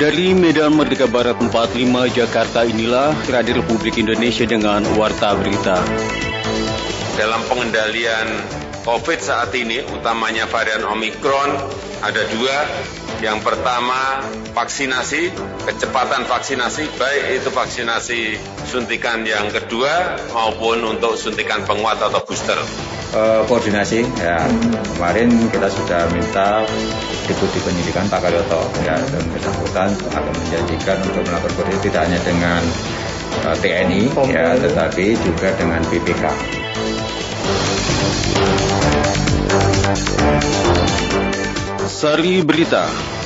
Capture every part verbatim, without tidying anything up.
Dari Medan Merdeka Barat empat puluh lima Jakarta inilah Radio Republik Indonesia dengan Warta Berita. Dalam pengendalian COVID saat ini, utamanya varian Omikron, ada dua. Yang pertama, vaksinasi, kecepatan vaksinasi, baik itu vaksinasi suntikan yang kedua maupun untuk suntikan penguat atau booster. Uh, koordinasi, ya kemarin kita sudah minta Deputi Penyidikan Pak Karyoto, ya dan bersangkutan akan menjanjikan untuk melakukan koordinasi tidak hanya dengan uh, T N I, ya tetapi juga dengan B P K. Sari Berita.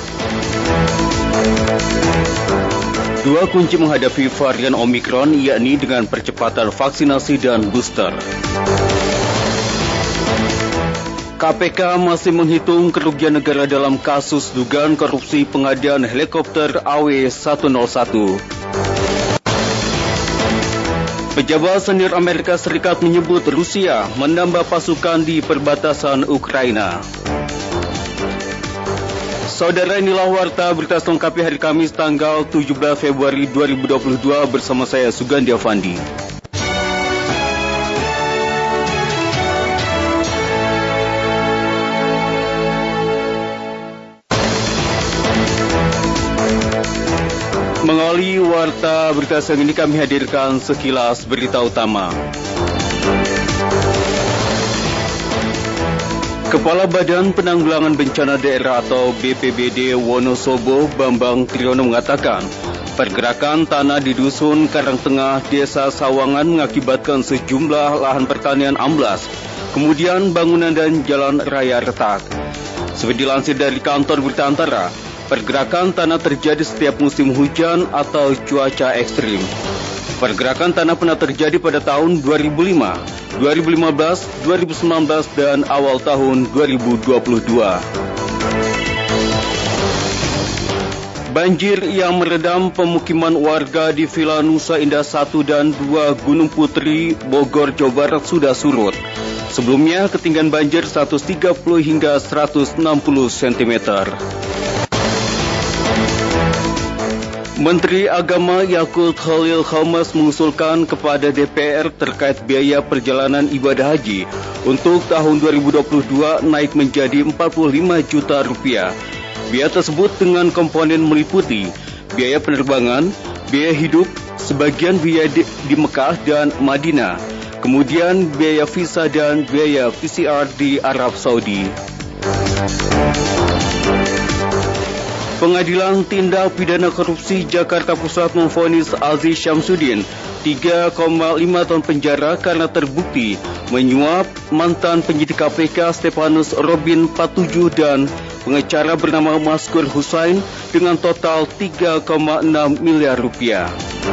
Dua kunci menghadapi varian Omikron yakni dengan percepatan vaksinasi dan booster. K P K masih menghitung kerugian negara dalam kasus dugaan korupsi pengadaan helikopter A W seratus satu. Pejabat senior Amerika Serikat menyebut Rusia menambah pasukan di perbatasan Ukraina. Saudara, inilah Warta Berita selengkapnya hari Kamis tanggal tujuh belas Februari dua ribu dua puluh dua bersama saya Sugandi Avandi. Mengawali Warta Berita siang ini kami hadirkan sekilas berita utama. Kepala Badan Penanggulangan Bencana Daerah atau B P B D Wonosobo, Bambang Triyono mengatakan, pergerakan tanah di Dusun Karangtengah, Desa Sawangan mengakibatkan sejumlah lahan pertanian amblas, kemudian bangunan dan jalan raya retak. Seperti dilansir dari kantor Berita Antara, pergerakan tanah terjadi setiap musim hujan atau cuaca ekstrim. Pergerakan tanah pernah terjadi pada tahun dua ribu lima, dua ribu lima belas, dua ribu sembilan belas, dan awal tahun dua ribu dua puluh dua. Banjir yang merendam pemukiman warga di Villa Nusa Indah satu dan dua Gunung Putri, Bogor, Jawa Barat sudah surut. Sebelumnya ketinggian banjir seratus tiga puluh hingga seratus enam puluh sentimeter. Menteri Agama Yakut Khalil Khalmas mengusulkan kepada D P R terkait biaya perjalanan ibadah haji untuk tahun dua ribu dua puluh dua naik menjadi empat puluh lima juta rupiah. Biaya tersebut dengan komponen meliputi biaya penerbangan, biaya hidup, sebagian biaya di, di Mekah dan Madinah, kemudian biaya visa dan biaya P C R di Arab Saudi. Pengadilan Tindak Pidana Korupsi Jakarta Pusat memvonis Aziz Syamsuddin tiga koma lima tahun penjara karena terbukti menyuap mantan penyidik K P K Stefanus Robin Patujuh dan pengacara bernama Maskur Husain dengan total tiga koma enam miliar rupiah.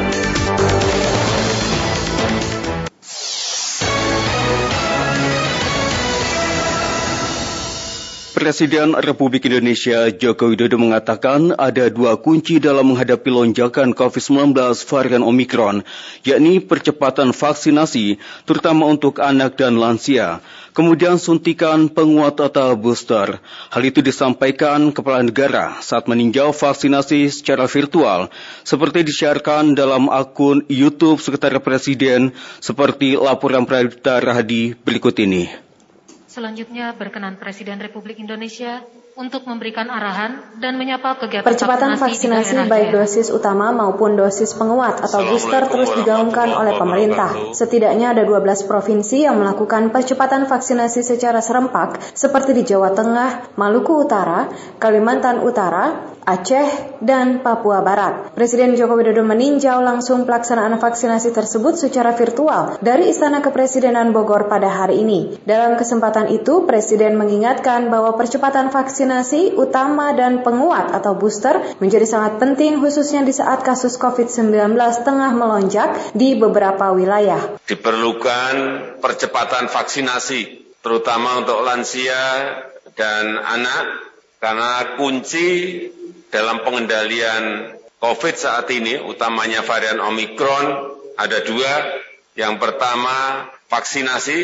Presiden Republik Indonesia Joko Widodo mengatakan ada dua kunci dalam menghadapi lonjakan covid sembilan belas varian Omikron, yakni percepatan vaksinasi, terutama untuk anak dan lansia, kemudian suntikan penguat atau booster. Hal itu disampaikan Kepala Negara saat meninjau vaksinasi secara virtual, seperti disiarkan dalam akun YouTube Sekretariat Presiden, seperti laporan Pradipta Rahadi berikut ini. Selanjutnya berkenan Presiden Republik Indonesia untuk memberikan arahan dan menyapa kegiatan percepatan vaksinasi baik dosis utama maupun dosis penguat atau booster terus digaungkan oleh pemerintah. Setidaknya ada dua belas provinsi yang melakukan percepatan vaksinasi secara serempak seperti di Jawa Tengah, Maluku Utara, Kalimantan Utara, Aceh, dan Papua Barat. Presiden Joko Widodo meninjau langsung pelaksanaan vaksinasi tersebut secara virtual dari Istana Kepresidenan Bogor pada hari ini. Dalam kesempatan itu, Presiden mengingatkan bahwa percepatan vaksinasi utama dan penguat atau booster menjadi sangat penting khususnya di saat kasus covid sembilan belas tengah melonjak di beberapa wilayah. Diperlukan percepatan vaksinasi, terutama untuk lansia dan anak, karena kunci dalam pengendalian COVID saat ini, utamanya varian Omikron, ada dua. Yang pertama, vaksinasi,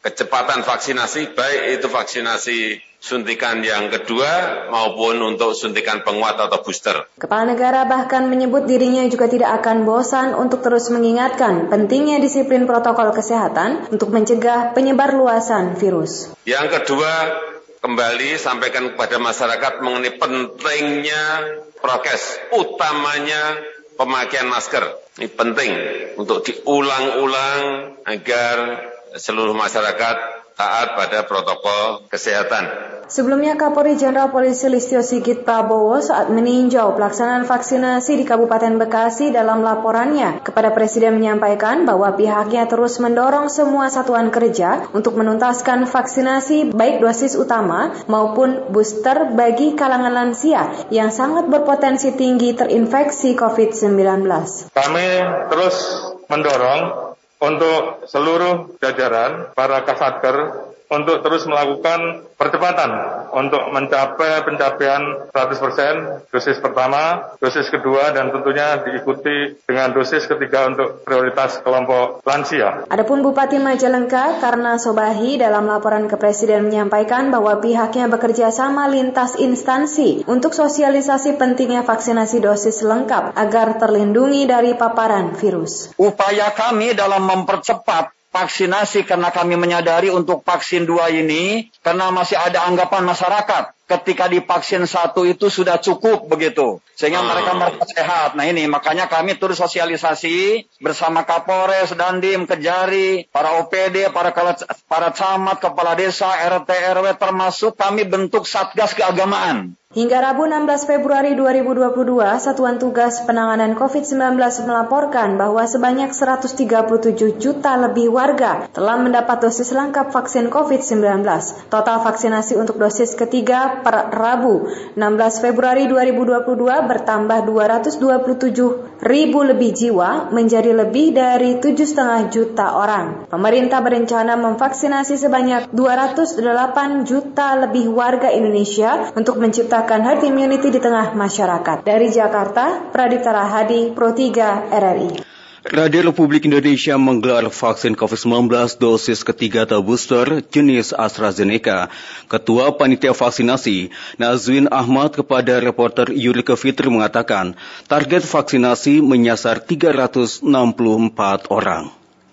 kecepatan vaksinasi, baik itu vaksinasi suntikan yang kedua maupun untuk suntikan penguat atau booster. Kepala negara bahkan menyebut dirinya juga tidak akan bosan untuk terus mengingatkan pentingnya disiplin protokol kesehatan untuk mencegah penyebar luasan virus. Yang kedua, kembali sampaikan kepada masyarakat mengenai pentingnya prokes, utamanya pemakaian masker. Ini penting untuk diulang-ulang agar seluruh masyarakat taat pada protokol kesehatan. Sebelumnya, Kapolri Jenderal Polisi Listio Sigit Prabowo saat meninjau pelaksanaan vaksinasi di Kabupaten Bekasi dalam laporannya kepada Presiden menyampaikan bahwa pihaknya terus mendorong semua satuan kerja untuk menuntaskan vaksinasi baik dosis utama maupun booster bagi kalangan lansia yang sangat berpotensi tinggi terinfeksi covid sembilan belas. Kami terus mendorong untuk seluruh jajaran para Kasatker untuk terus melakukan percepatan untuk mencapai pencapaian seratus persen dosis pertama, dosis kedua, dan tentunya diikuti dengan dosis ketiga untuk prioritas kelompok lansia. Adapun Bupati Majalengka Karna Sobahi dalam laporan ke Presiden menyampaikan bahwa pihaknya bekerja sama lintas instansi untuk sosialisasi pentingnya vaksinasi dosis lengkap agar terlindungi dari paparan virus. Upaya kami dalam mempercepat vaksinasi karena kami menyadari untuk vaksin dua ini karena masih ada anggapan masyarakat ketika divaksin satu itu sudah cukup begitu sehingga mereka merasa sehat. Nah ini makanya kami terus sosialisasi bersama Kapolres, Dandim, Kejari, para O P D, para para camat, kepala desa, R T R W termasuk kami bentuk Satgas Keagamaan. Hingga Rabu enam belas Februari dua ribu dua puluh dua, Satuan Tugas Penanganan covid sembilan belas melaporkan bahwa sebanyak seratus tiga puluh tujuh juta lebih warga telah mendapat dosis lengkap vaksin covid sembilan belas. Total vaksinasi untuk dosis ketiga per Rabu enam belas Februari dua ribu dua puluh dua bertambah dua ratus dua puluh tujuh ribu lebih jiwa menjadi lebih dari tujuh koma lima juta orang. Pemerintah berencana memvaksinasi sebanyak dua ratus delapan juta lebih warga Indonesia untuk menciptakan herd immunity di tengah masyarakat. Dari Jakarta, Pradipta Rahadi, Pro tiga R R I. Radio Republik Indonesia menggelar vaksin covid sembilan belas dosis ketiga atau booster jenis AstraZeneca. Ketua Panitia Vaksinasi, Nazwin Ahmad kepada reporter Yurika Fitri mengatakan, target vaksinasi menyasar tiga ratus enam puluh empat orang.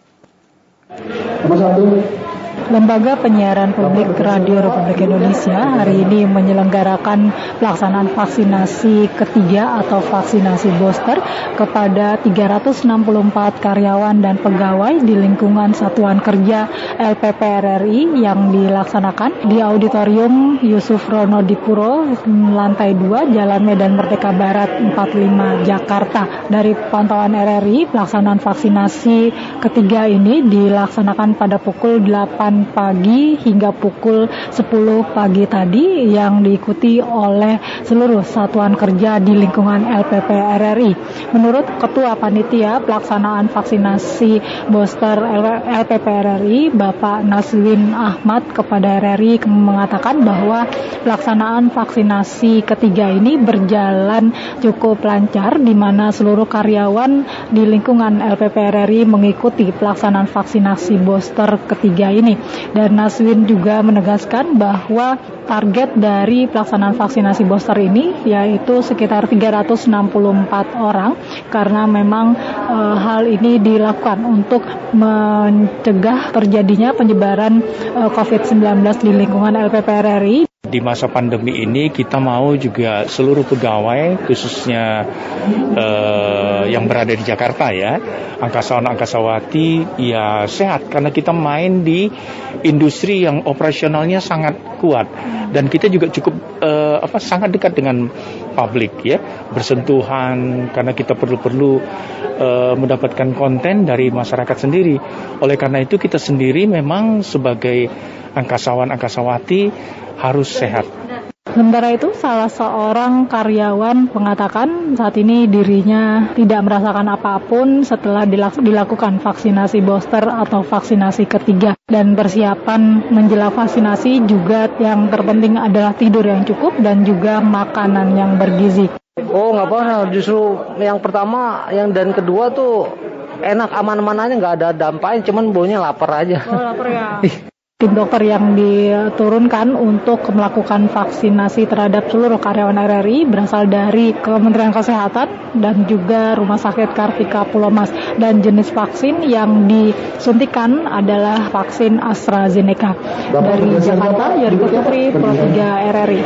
Lembaga Penyiaran Publik Radio Republik Indonesia hari ini menyelenggarakan pelaksanaan vaksinasi ketiga atau vaksinasi booster kepada tiga ratus enam puluh empat karyawan dan pegawai di lingkungan Satuan Kerja L P P R R I yang dilaksanakan di Auditorium Yusuf Rono Dipuro, lantai dua, Jalan Medan Merdeka Barat empat puluh lima, Jakarta. Dari pantauan R R I, pelaksanaan vaksinasi ketiga ini dilaksanakan pada pukul delapan pagi hingga pukul sepuluh pagi tadi yang diikuti oleh seluruh satuan kerja di lingkungan L P P R R I. Menurut Ketua Panitia Pelaksanaan Vaksinasi Booster L P P R R I, Bapak Nazwin Ahmad kepada R R I mengatakan bahwa pelaksanaan vaksinasi ketiga ini berjalan cukup lancar di mana seluruh karyawan di lingkungan L P P R R I mengikuti pelaksanaan vaksinasi booster ketiga ini. Dan Nazwin juga menegaskan bahwa target dari pelaksanaan vaksinasi booster ini yaitu sekitar tiga ratus enam puluh empat orang karena memang e, hal ini dilakukan untuk mencegah terjadinya penyebaran e, covid sembilan belas di lingkungan L P P R R I. Di masa pandemi ini kita mau juga seluruh pegawai khususnya eh, yang berada di Jakarta ya, angkasawan-angkasawati ya sehat karena kita main di industri yang operasionalnya sangat kuat dan kita juga cukup eh, apa sangat dekat dengan publik ya, bersentuhan karena kita perlu-perlu eh, mendapatkan konten dari masyarakat sendiri. Oleh karena itu kita sendiri memang sebagai angkasawan-angkasawati harus sehat. Sementara itu, salah seorang karyawan mengatakan saat ini dirinya tidak merasakan apapun setelah dilakukan vaksinasi booster atau vaksinasi ketiga. Dan persiapan menjelang vaksinasi juga yang terpenting adalah tidur yang cukup dan juga makanan yang bergizi. Oh nggak apa-apa, justru yang pertama yang dan kedua tuh enak, aman-aman aja, nggak ada dampaknya, cuman baunya lapar aja. Oh lapar ya. tim dokter yang diturunkan untuk melakukan vaksinasi terhadap seluruh karyawan R R I berasal dari Kementerian Kesehatan dan juga Rumah Sakit Kartika Pulomas, dan jenis vaksin yang disuntikan adalah vaksin AstraZeneca. Dari Jakarta, Yariko Putri, Pro tiga R R I.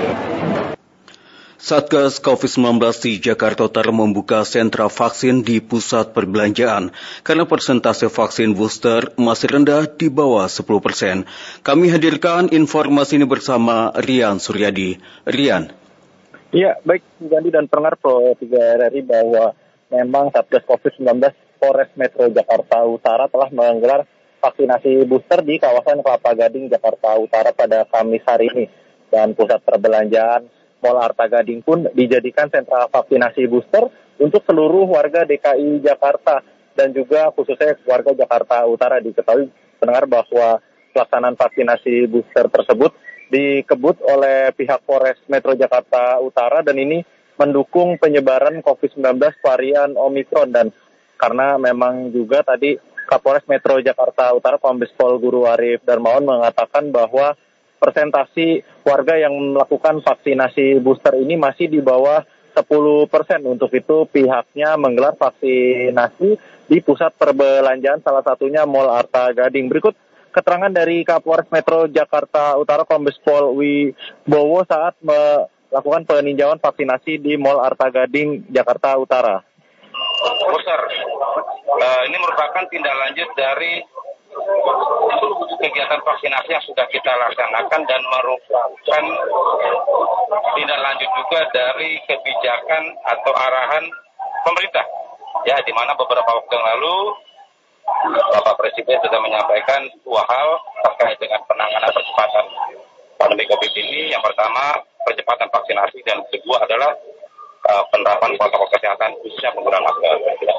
Satgas covid sembilan belas di Jakarta Utara membuka sentra vaksin di pusat perbelanjaan karena persentase vaksin booster masih rendah di bawah sepuluh persen. Kami hadirkan informasi ini bersama Rian Suryadi. Rian. Iya, baik Gandhi dan pendengar Pro tiga R R I bahwa memang Satgas covid sembilan belas Polres Metro Jakarta Utara telah menggelar vaksinasi booster di kawasan Kelapa Gading, Jakarta Utara pada Kamis hari ini. Dan pusat perbelanjaan Mall Arta Gading pun dijadikan sentra vaksinasi booster untuk seluruh warga D K I Jakarta dan juga khususnya warga Jakarta Utara. Diketahui pendengar bahwa pelaksanaan vaksinasi booster tersebut dikebut oleh pihak Polres Metro Jakarta Utara dan ini mendukung penyebaran covid sembilan belas varian Omikron. Dan karena memang juga tadi Kapolres Metro Jakarta Utara Kombes Pol Guru Arif Darmawan mengatakan bahwa persentasi warga yang melakukan vaksinasi booster ini masih di bawah sepuluh persen. Untuk itu pihaknya menggelar vaksinasi di pusat perbelanjaan, salah satunya Mall Arta Gading. Berikut keterangan dari Kapolres Metro Jakarta Utara Kombes Pol Wibowo saat melakukan peninjauan vaksinasi di Mall Arta Gading, Jakarta Utara. Booster, uh, ini merupakan tindak lanjut dari kegiatan vaksinasi yang sudah kita laksanakan dan merupakan tindak lanjut juga dari kebijakan atau arahan pemerintah. Ya, di mana beberapa waktu yang lalu Bapak Presiden sudah menyampaikan dua hal terkait dengan penanganan percepatan pandemi COVID ini. Yang pertama, percepatan vaksinasi, dan kedua adalah uh, penerapan protokol kesehatan khususnya penggunaan masker.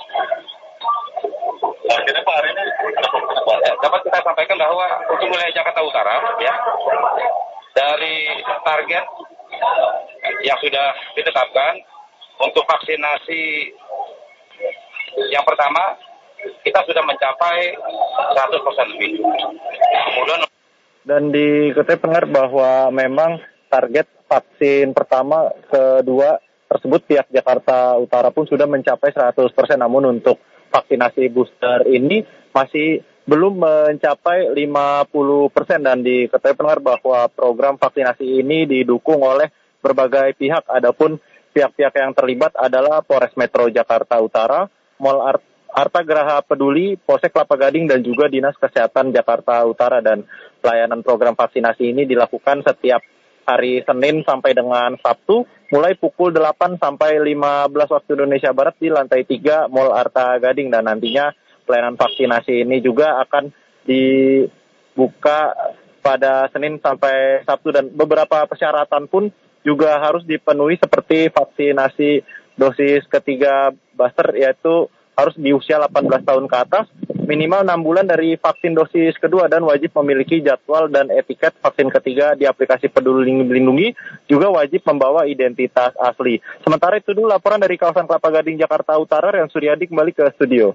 Nah, jadi Pak, hari ini dapat kita sampaikan bahwa untuk wilayah Jakarta Utara, ya, dari target yang sudah ditetapkan untuk vaksinasi yang pertama, kita sudah mencapai seratus persen lebih. Kemudian dan diketahui pendengar bahwa memang target vaksin pertama, kedua tersebut pihak Jakarta Utara pun sudah mencapai seratus persen, namun untuk vaksinasi booster ini masih belum mencapai lima puluh persen. Dan diketahui pendengar bahwa program vaksinasi ini didukung oleh berbagai pihak. Adapun pihak-pihak yang terlibat adalah Polres Metro Jakarta Utara, Mall Art Arta Geraha Peduli, Polsek Kelapa Gading, dan juga Dinas Kesehatan Jakarta Utara. Dan pelayanan program vaksinasi ini dilakukan setiap hari Senin sampai dengan Sabtu, mulai pukul delapan sampai lima belas waktu Indonesia Barat di lantai tiga Mall Arta Gading. Dan nantinya pelayanan vaksinasi ini juga akan dibuka pada Senin sampai Sabtu, dan beberapa persyaratan pun juga harus dipenuhi seperti vaksinasi dosis ketiga booster, yaitu harus di usia delapan belas tahun ke atas, minimal enam bulan dari vaksin dosis kedua, dan wajib memiliki jadwal dan etiket vaksin ketiga di aplikasi Peduli Lindungi, juga wajib membawa identitas asli. Sementara itu dulu laporan dari kawasan Kelapa Gading, Jakarta Utara. Rian Suryadi kembali ke studio.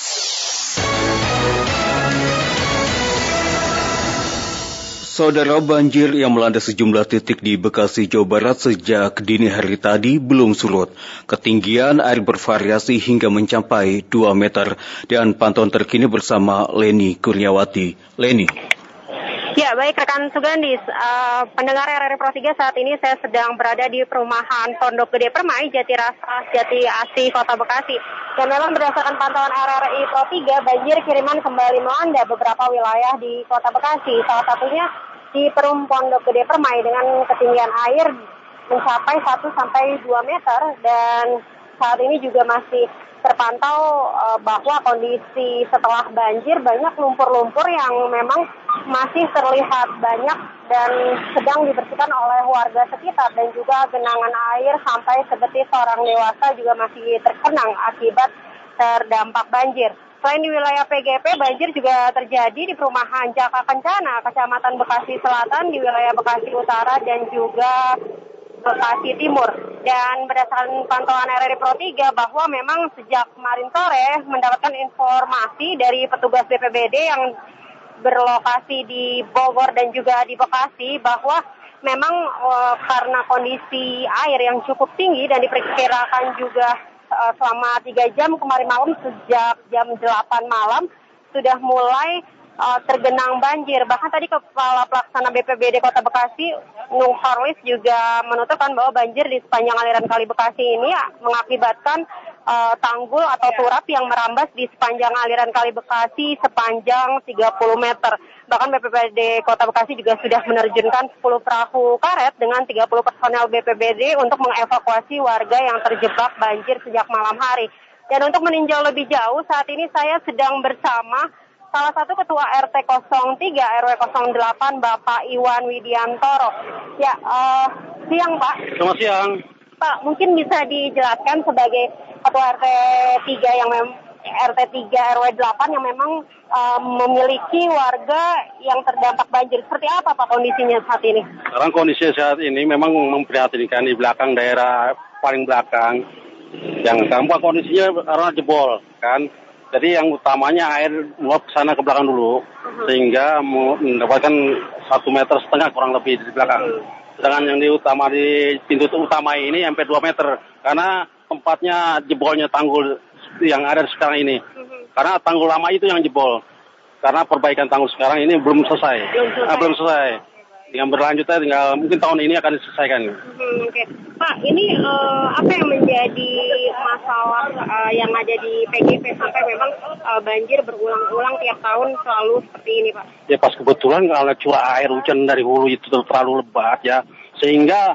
Saudara, banjir yang melanda sejumlah titik di Bekasi, Jawa Barat sejak dini hari tadi belum surut. Ketinggian air bervariasi hingga mencapai dua meter. Dan pantauan terkini bersama Leni Kurniawati. Leni. Ya, baik rekan Sugandis, uh, pendengar R R I Pro tiga, saat ini saya sedang berada di perumahan Pondok Gede Permai, Jati Rasa, Jati Asih, Kota Bekasi. Dan memang berdasarkan pantauan R R I Pro tiga, banjir kiriman kembali melanda beberapa wilayah di Kota Bekasi. Salah satunya di Perum Pondok Gede Permai dengan ketinggian air mencapai satu sampai dua meter, dan saat ini juga masih terpantau uh, bahwa kondisi setelah banjir banyak lumpur-lumpur yang memang masih terlihat banyak dan sedang dibersihkan oleh warga sekitar, dan juga genangan air sampai sebetis orang dewasa juga masih terkenang akibat terdampak banjir. Selain di wilayah P G P, banjir juga terjadi di perumahan Jaka Kencana, Kecamatan Bekasi Selatan, di wilayah Bekasi Utara, dan juga Bekasi Timur. Dan berdasarkan pantauan R R I Pro tiga bahwa memang sejak kemarin sore mendapatkan informasi dari petugas B P B D yang berlokasi di Bogor dan juga di Bekasi bahwa memang uh, karena kondisi air yang cukup tinggi dan diperkirakan juga uh, selama tiga jam kemarin malam sejak jam delapan malam sudah mulai uh, tergenang banjir. Bahkan tadi Kepala Pelaksana B P B D Kota Bekasi, Nung Harlis, juga menuturkan bahwa banjir di sepanjang aliran Kali Bekasi ini mengakibatkan uh, tanggul atau turap yang merambas di sepanjang aliran Kali Bekasi sepanjang tiga puluh meter. Bahkan B P B D Kota Bekasi juga sudah menerjunkan sepuluh perahu karet dengan tiga puluh personel B P B D untuk mengevakuasi warga yang terjebak banjir sejak malam hari. Dan untuk meninjau lebih jauh, saat ini saya sedang bersama salah satu ketua R T nol tiga R W nol delapan, Bapak Iwan Widiantoro. Ya, uh, siang Pak. Selamat siang. Pak, mungkin bisa dijelaskan sebagai ketua R T tiga yang mem R T tiga R W delapan yang memang uh, memiliki warga yang terdampak banjir. Seperti apa Pak kondisinya saat ini? Sekarang kondisi saat ini memang memprihatinkan di belakang daerah paling belakang. Yang tampak kondisinya karena jebol kan. Jadi yang utamanya air meluap ke sana ke belakang dulu, uh-huh. sehingga mendapatkan satu meter setengah kurang lebih di belakang. Uh-huh. Sedangkan yang di utama di pintu utama ini sampai dua meter karena tempatnya jebolnya tanggul yang ada sekarang ini. Uh-huh. Karena tanggul lama itu yang jebol. Karena perbaikan tanggul sekarang ini belum selesai. Belum selesai. Nah, belum selesai. Yang berlanjut aja tinggal mungkin tahun ini akan diselesaikan. Hmm, Oke, okay. Pak, ini uh, apa yang menjadi masalah uh, yang ada di P G P sampai memang uh, banjir berulang-ulang tiap tahun selalu seperti ini, Pak? Ya pas kebetulan karena curah air hujan dari hulu itu terlalu lebat ya, sehingga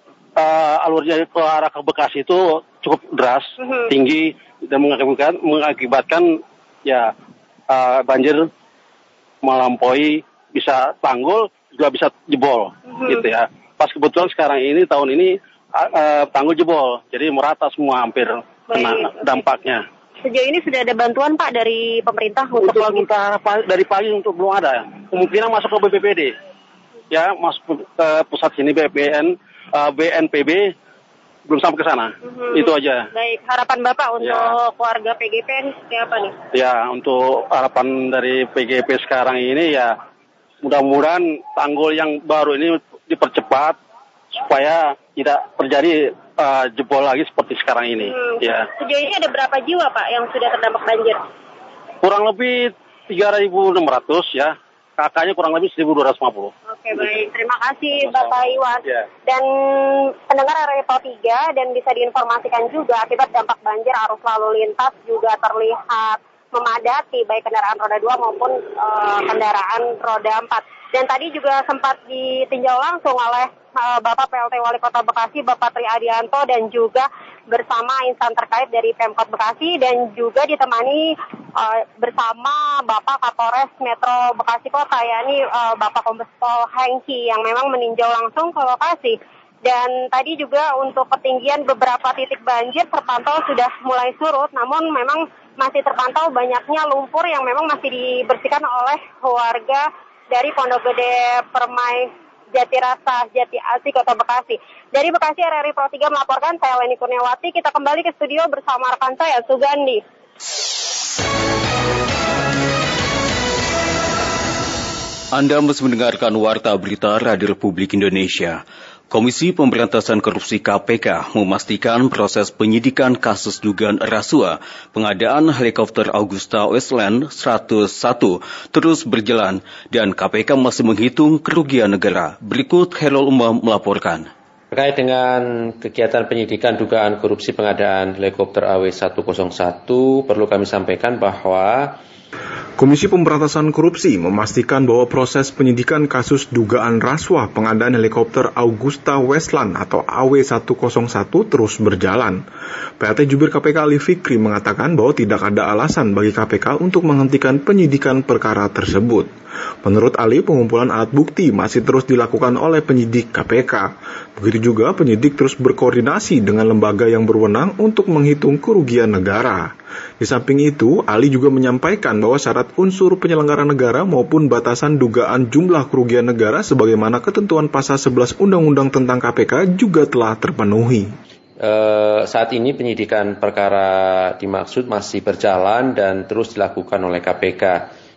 uh, alurnya ke arah ke Bekasi itu cukup deras, uh-huh. tinggi dan mengakibatkan, mengakibatkan ya uh, banjir melampaui bisa tanggul juga bisa jebol, mm-hmm. gitu ya. Pas kebetulan sekarang ini tahun ini uh, tanggul jebol, jadi merata semua hampir kena dampaknya. Sejauh ini sudah ada bantuan Pak dari pemerintah untuk, untuk sementara dari pagi untuk belum ada. Kemungkinan masuk ke B P B D, ya masuk ke pusat sini B P N, uh, B N P B belum sampai ke sana. Mm-hmm. Itu aja. Baik, harapan Bapak untuk ya. Keluarga P G P seperti apa nih? Ya, untuk harapan dari P G P sekarang ini ya mudah-mudahan tanggul yang baru ini dipercepat supaya tidak terjadi uh, jebol lagi seperti sekarang ini. Hmm. Ya. Sejauh ini ada berapa jiwa Pak yang sudah terdampak banjir? Kurang lebih tiga ribu enam ratus ya. Kakaknya kurang lebih seribu dua ratus lima puluh. Oke, baik. Terima kasih Bapak Iwan. Yeah. Dan pendengar R W tiga dan bisa diinformasikan juga akibat dampak banjir arus lalu lintas juga terlihat memadati baik kendaraan roda dua maupun uh, kendaraan roda empat. Dan tadi juga sempat ditinjau langsung oleh uh, Bapak P L T Wali Kota Bekasi, Bapak Tri Adianto, dan juga bersama insan terkait dari Pemkot Bekasi, dan juga ditemani uh, bersama Bapak Kapolres Metro Bekasi Kota, yakni uh, Bapak Kombes Pol Hengki yang memang meninjau langsung ke lokasi. Dan tadi juga untuk ketinggian beberapa titik banjir terpantau sudah mulai surut, namun memang masih terpantau banyaknya lumpur yang memang masih dibersihkan oleh warga dari Pondok Gede Permai Jatirasa Jati Asih Kota Bekasi. Dari Bekasi R R I Pro tiga melaporkan, saya Leni Kurniawati. Kita kembali ke studio bersama rekan saya Sugandi. Anda masih mendengarkan Warta Berita Radio Republik Indonesia. Komisi Pemberantasan Korupsi K P K memastikan proses penyidikan kasus dugaan rasuah pengadaan helikopter Augusta Westland seratus satu terus berjalan dan K P K masih menghitung kerugian negara. Berikut Herol Umam melaporkan. Terkait dengan kegiatan penyidikan dugaan korupsi pengadaan helikopter A W seratus satu, perlu kami sampaikan bahwa Komisi Pemberantasan Korupsi memastikan bahwa proses penyidikan kasus dugaan rasuah pengadaan helikopter Augusta Westland atau A W seratus satu terus berjalan. P L T Jubir K P K Ali Fikri mengatakan bahwa tidak ada alasan bagi K P K untuk menghentikan penyidikan perkara tersebut. Menurut Ali, pengumpulan alat bukti masih terus dilakukan oleh penyidik K P K. Begitu juga penyidik terus berkoordinasi dengan lembaga yang berwenang untuk menghitung kerugian negara. Di samping itu, Ali juga menyampaikan bahwa syarat unsur penyelenggara negara maupun batasan dugaan jumlah kerugian negara sebagaimana ketentuan pasal sebelas Undang-Undang tentang K P K juga telah terpenuhi. E, saat ini penyidikan perkara dimaksud masih berjalan dan terus dilakukan oleh K P K.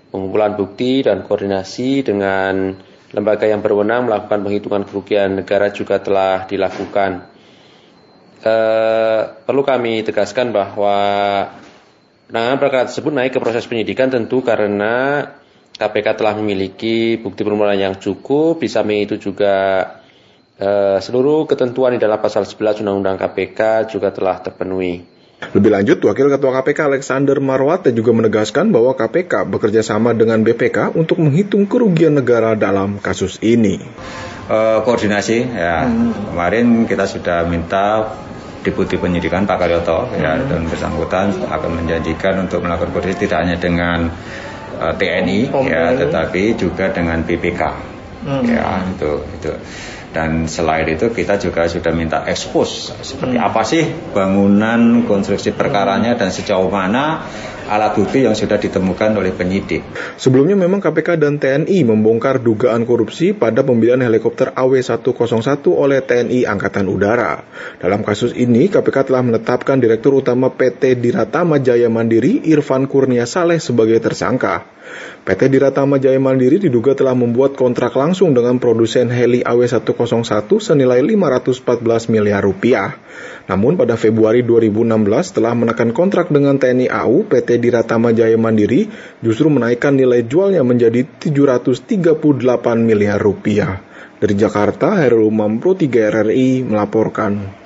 Pengumpulan bukti dan koordinasi dengan lembaga yang berwenang melakukan penghitungan kerugian negara juga telah dilakukan. Eh, perlu kami tegaskan bahwa penanganan perkara tersebut naik ke proses penyidikan tentu karena K P K telah memiliki bukti permulaan yang cukup. Di samping itu juga eh, seluruh ketentuan di dalam pasal sebelas Undang-Undang K P K juga telah terpenuhi. Lebih lanjut, Wakil Ketua K P K Alexander Marwata juga menegaskan bahwa K P K bekerja sama dengan B P K untuk menghitung kerugian negara dalam kasus ini. Uh, koordinasi, ya hmm. kemarin kita sudah minta Deputi Penyidikan Pak Karyoto, hmm. ya, dan bersangkutan akan menjanjikan untuk melakukan koordinasi tidak hanya dengan uh, T N I, okay. ya, tetapi juga dengan B P K, hmm. ya itu itu. Dan selain itu kita juga sudah minta ekspos seperti hmm. apa sih bangunan konstruksi perkaranya dan sejauh mana alat bukti yang sudah ditemukan oleh penyidik. Sebelumnya memang K P K dan T N I membongkar dugaan korupsi pada pembelian helikopter A W seratus satu oleh T N I Angkatan Udara. Dalam kasus ini, K P K telah menetapkan Direktur Utama P T Diratama Jaya Mandiri Irfan Kurnia Saleh sebagai tersangka. P T Diratama Jaya Mandiri diduga telah membuat kontrak langsung dengan produsen heli A W seratus satu senilai lima ratus empat belas miliar rupiah. Namun pada Februari dua ribu enam belas setelah menekan kontrak dengan T N I A U, P T Diratama Jaya Mandiri justru menaikkan nilai jualnya menjadi tujuh ratus tiga puluh delapan miliar rupiah. Dari Jakarta, Hairul Umam Pro tiga R R I melaporkan.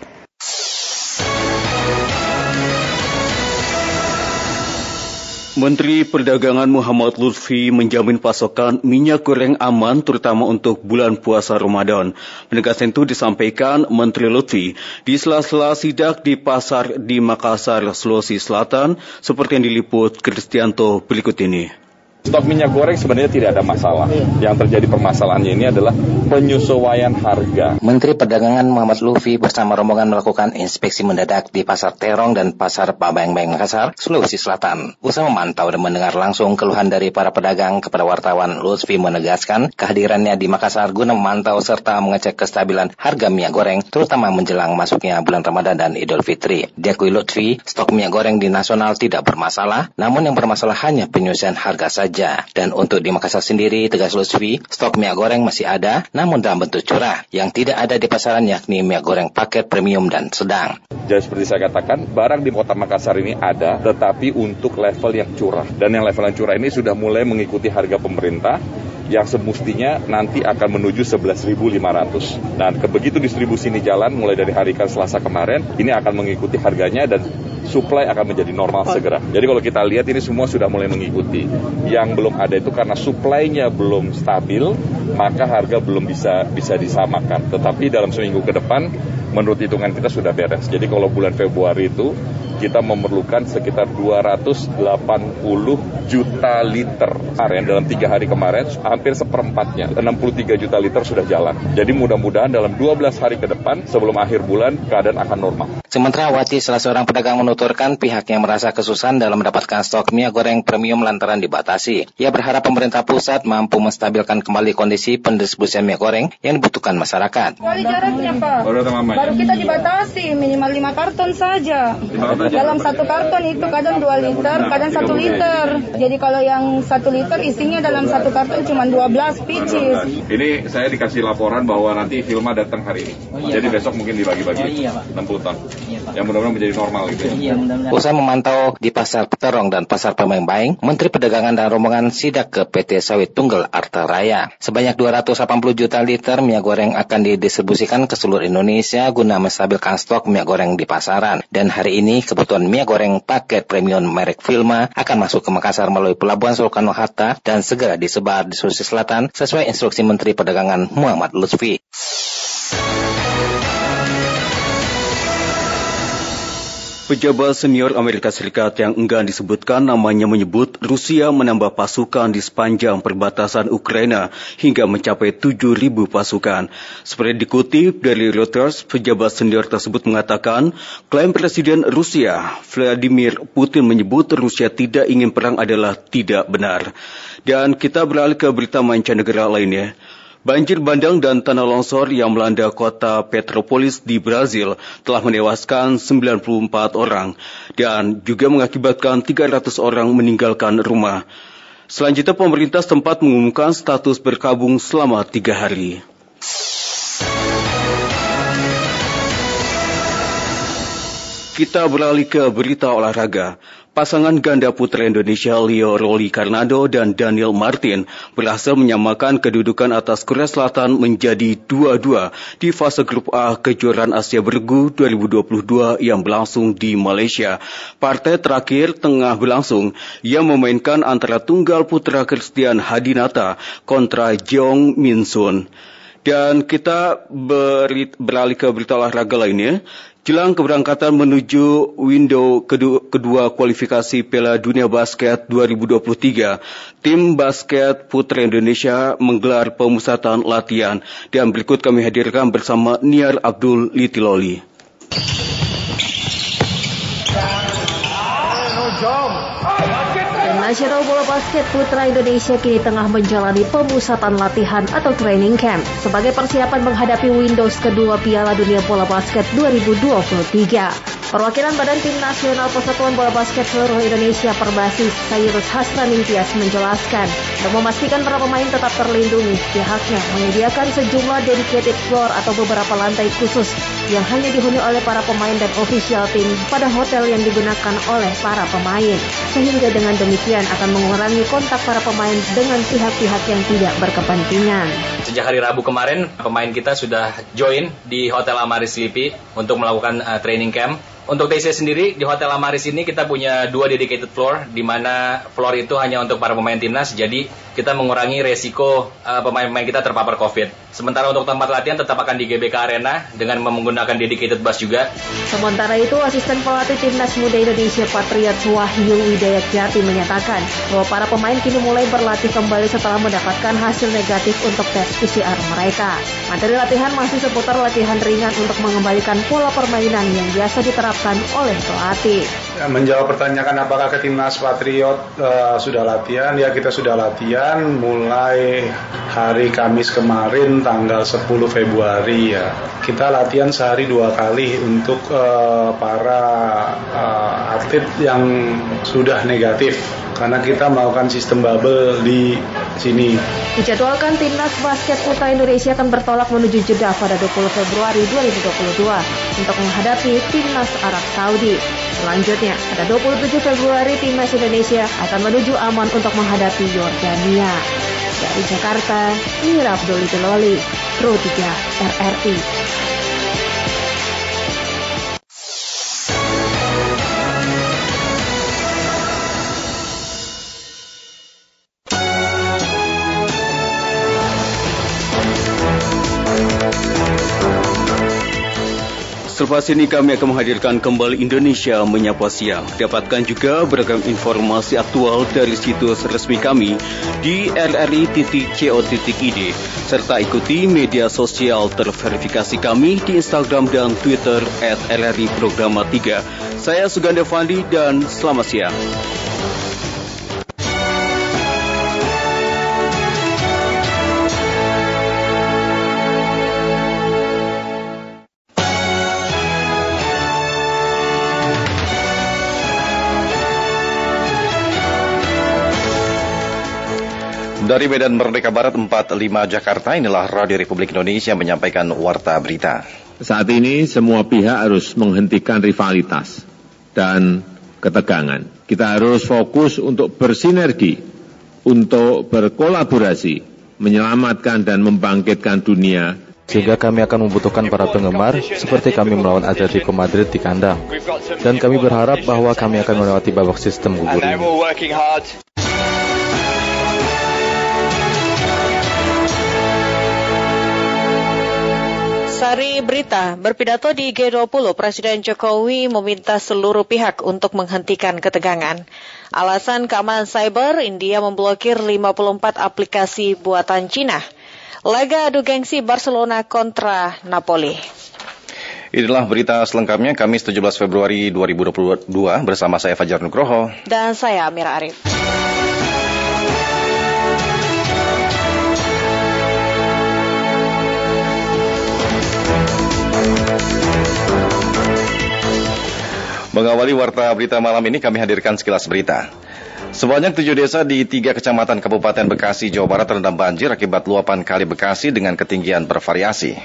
Menteri Perdagangan Muhammad Lutfi menjamin pasokan minyak goreng aman terutama untuk bulan puasa Ramadan. Penegasan itu disampaikan Menteri Lutfi di sela-sela sidak di pasar di Makassar, Sulawesi Selatan, seperti yang diliput Kristianto berikut ini. Stok minyak goreng sebenarnya tidak ada masalah. Yang terjadi permasalahannya ini adalah penyesuaian harga. Menteri Perdagangan Muhammad Lutfi bersama rombongan melakukan inspeksi mendadak di Pasar Terong dan Pasar Pabayang-Bayang Makassar, Sulawesi Selatan. Usai memantau dan mendengar langsung keluhan dari para pedagang kepada wartawan, Lutfi menegaskan kehadirannya di Makassar guna memantau serta mengecek kestabilan harga minyak goreng, terutama menjelang masuknya bulan Ramadan dan Idul Fitri. Diakui Lutfi, stok minyak goreng di nasional tidak bermasalah, namun yang bermasalah hanya penyusuan harga saja. Dan untuk di Makassar sendiri, tegas Lutfi, stok minyak goreng masih ada, namun dalam bentuk curah. Yang tidak ada di pasaran yakni minyak goreng paket premium dan sedang. Jadi seperti saya katakan, barang di kota Makassar ini ada, tetapi untuk level yang curah. Dan yang level yang curah ini sudah mulai mengikuti harga pemerintah, yang semestinya nanti akan menuju sebelas ribu lima ratus. Dan begitu distribusi ini jalan, mulai dari hari kan Selasa kemarin, ini akan mengikuti harganya dan supply akan menjadi normal segera. Jadi kalau kita lihat ini semua sudah mulai mengikuti. Yang belum ada itu karena supply-nya belum stabil, maka harga belum bisa bisa disamakan. Tetapi dalam seminggu ke depan, menurut hitungan kita sudah beres. Jadi kalau bulan Februari itu kita memerlukan sekitar dua ratus delapan puluh juta liter. Kemarin dalam tiga hari kemarin hampir seperempatnya, enam puluh tiga juta liter sudah jalan. Jadi mudah-mudahan dalam dua belas hari ke depan sebelum akhir bulan keadaan akan normal. Sementara Wati, salah seorang pedagang, menuturkan pihaknya merasa kesusahan dalam mendapatkan stok minyak goreng premium lantaran dibatasi. Ia berharap pemerintah pusat mampu menstabilkan kembali kondisi pendistribusian minyak goreng yang dibutuhkan masyarakat. Kali jaraknya Pak, baru kita dibatasi minimal lima karton saja. Dalam satu karton itu kadang dua liter, kadang satu liter. Jadi kalau yang satu liter isinya dalam satu karton cuma dua belas pieces. Ini saya dikasih laporan bahwa nanti Vilma datang hari ini. Oh, iya, Jadi Pak. Besok mungkin dibagi-bagi oh, iya, enam puluh ton. Iya, yang mudah-mudahan menjadi normal gitu ya. Iya, usai memantau di Pasar Terong dan Pasar Pabayang-Bayang, Menteri Perdagangan dan rombongan sidak ke P T Sawit Tunggal Arta Raya. Sebanyak dua ratus delapan puluh juta liter minyak goreng akan didistribusikan ke seluruh Indonesia guna menstabilkan stok minyak goreng di pasaran. Dan hari ini kebutuhan minyak goreng paket premium merek Vilma akan masuk ke Makassar melalui Pelabuhan Soekarno-Hatta dan segera disebar di Sulawesi Selatan sesuai instruksi Menteri Perdagangan Muhammad Lutfi. Pejabat senior Amerika Serikat yang enggan disebutkan namanya menyebut Rusia menambah pasukan di sepanjang perbatasan Ukraina hingga mencapai tujuh ribu pasukan. Seperti dikutip dari Reuters, pejabat senior tersebut mengatakan klaim Presiden Rusia Vladimir Putin menyebut Rusia tidak ingin perang adalah tidak benar. Dan kita beralih ke berita mancanegara lainnya. Banjir bandang dan tanah longsor yang melanda kota Petropolis di Brazil telah menewaskan sembilan puluh empat orang dan juga mengakibatkan tiga ratus orang meninggalkan rumah. Selanjutnya, pemerintah setempat mengumumkan status berkabung selama tiga hari. Kita beralih ke berita olahraga. Pasangan ganda putra Indonesia Leo Rolly Karnado dan Daniel Martin berhasil menyamakan kedudukan atas Korea Selatan menjadi dua dua di fase grup A kejuaraan Asia Bergu dua ribu dua puluh dua yang berlangsung di Malaysia. Partai terakhir tengah berlangsung yang memainkan antara tunggal putra Christian Hadinata kontra Jeong Min Sun. Dan kita beri, beralih ke berita olahraga lainnya. Jelang keberangkatan menuju window kedua, kedua kualifikasi Piala Dunia Basket dua ribu dua puluh tiga, tim basket putra Indonesia menggelar pemusatan latihan. Dan berikut kami hadirkan bersama Niar Abdul Litiloli. Nasional Bola Basket Putra Indonesia kini tengah menjalani pemusatan latihan atau training camp sebagai persiapan menghadapi Windows kedua Piala Dunia Bola Basket dua ribu dua puluh tiga. Perwakilan Badan Tim Nasional Persatuan Bola Basket Seluruh Indonesia Perbasis, Sayrus Hasran Imtiaz menjelaskan dan memastikan para pemain tetap terlindungi. Pihaknya menyediakan sejumlah dedicated floor atau beberapa lantai khusus yang hanya dihuni oleh para pemain dan official tim pada hotel yang digunakan oleh para pemain. Sehingga dengan demikian akan mengurangi kontak para pemain dengan pihak-pihak yang tidak berkepentingan. Sejak hari Rabu kemarin, pemain kita sudah join di Hotel Amaris Sleepy untuk melakukan uh, training camp. Untuk T C sendiri, di Hotel Amaris ini kita punya dua dedicated floor, di mana floor itu hanya untuk para pemain timnas, jadi kita mengurangi resiko uh, pemain-pemain kita terpapar COVID. Sementara untuk tempat latihan tetap akan di G B K Arena dengan menggunakan dedicated bus juga. Sementara itu, asisten pelatih Timnas Muda Indonesia Patriot Wahyu Widayat Jati menyatakan bahwa para pemain kini mulai berlatih kembali setelah mendapatkan hasil negatif untuk tes P C R mereka. Materi latihan masih seputar latihan ringan untuk mengembalikan pola permainan yang biasa diterapkan oleh pelatih. Ya, menjawab pertanyaan apakah ke Timnas Patriot uh, sudah latihan, ya kita sudah latihan mulai hari Kamis kemarin tanggal sepuluh Februari ya. Kita latihan sehari dua kali untuk uh, para uh, atlet yang sudah negatif karena kita melakukan sistem bubble di sini. Dijadwalkan Timnas Basket Putra Indonesia akan bertolak menuju Jeddah pada dua puluh Februari dua ribu dua puluh dua untuk menghadapi Timnas Arab Saudi. Selanjutnya, pada dua puluh tujuh Februari Timnas Indonesia akan menuju Aman untuk menghadapi Yordania. Dari Jakarta, Niar Abdul Litiloli, Pro tiga R R I. Selepas ini kami akan menghadirkan kembali Indonesia Menyapa Siang. Dapatkan juga beragam informasi aktual dari situs resmi kami di r r i titik co titik i d serta ikuti media sosial terverifikasi kami di Instagram dan Twitter at r r i programa tiga. Saya Suganda Fandi dan selamat siang. Dari Medan Merdeka Barat empat puluh lima Jakarta, inilah Radio Republik Indonesia menyampaikan warta berita. Saat ini semua pihak harus menghentikan rivalitas dan ketegangan. Kita harus fokus untuk bersinergi, untuk berkolaborasi, menyelamatkan dan membangkitkan dunia. Sehingga kami akan membutuhkan para penggemar seperti kami melawan Atletico Madrid di kandang. Dan kami berharap bahwa kami akan melewati babak sistem gugur ini. Sari berita, berpidato di G dua puluh, Presiden Jokowi meminta seluruh pihak untuk menghentikan ketegangan. Alasan keamanan cyber, India memblokir lima puluh empat aplikasi buatan Cina. Laga adu gengsi Barcelona kontra Napoli. Inilah berita selengkapnya Kamis tujuh belas Februari dua ribu dua puluh dua bersama saya Fajar Nugroho. Dan saya Amira Arif. Mengawali Warta Berita malam ini kami hadirkan sekilas berita. Sebanyak tujuh desa di tiga kecamatan Kabupaten Bekasi, Jawa Barat terendam banjir akibat luapan Kali Bekasi dengan ketinggian bervariasi.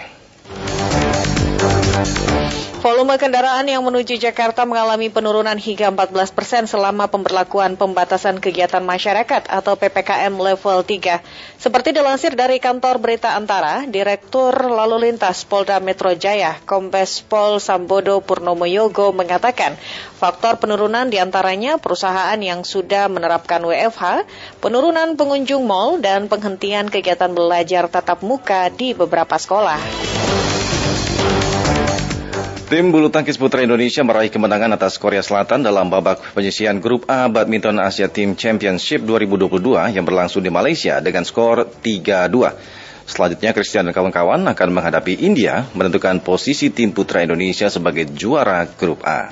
Volume kendaraan yang menuju Jakarta mengalami penurunan hingga empat belas persen selama pemberlakuan pembatasan kegiatan masyarakat atau P P K M level tiga. Seperti dilansir dari kantor berita Antara, Direktur Lalu Lintas Polda Metro Jaya, Kombes Pol Sambodo Purnomo Yogo mengatakan, faktor penurunan diantaranya perusahaan yang sudah menerapkan W F H, penurunan pengunjung mal, dan penghentian kegiatan belajar tatap muka di beberapa sekolah. Tim bulu tangkis putra Indonesia meraih kemenangan atas Korea Selatan dalam babak penyisihan Grup A Badminton Asia Team Championship dua ribu dua puluh dua yang berlangsung di Malaysia dengan skor tiga dua. Selanjutnya, Christian dan kawan-kawan akan menghadapi India menentukan posisi tim putra Indonesia sebagai juara Grup A.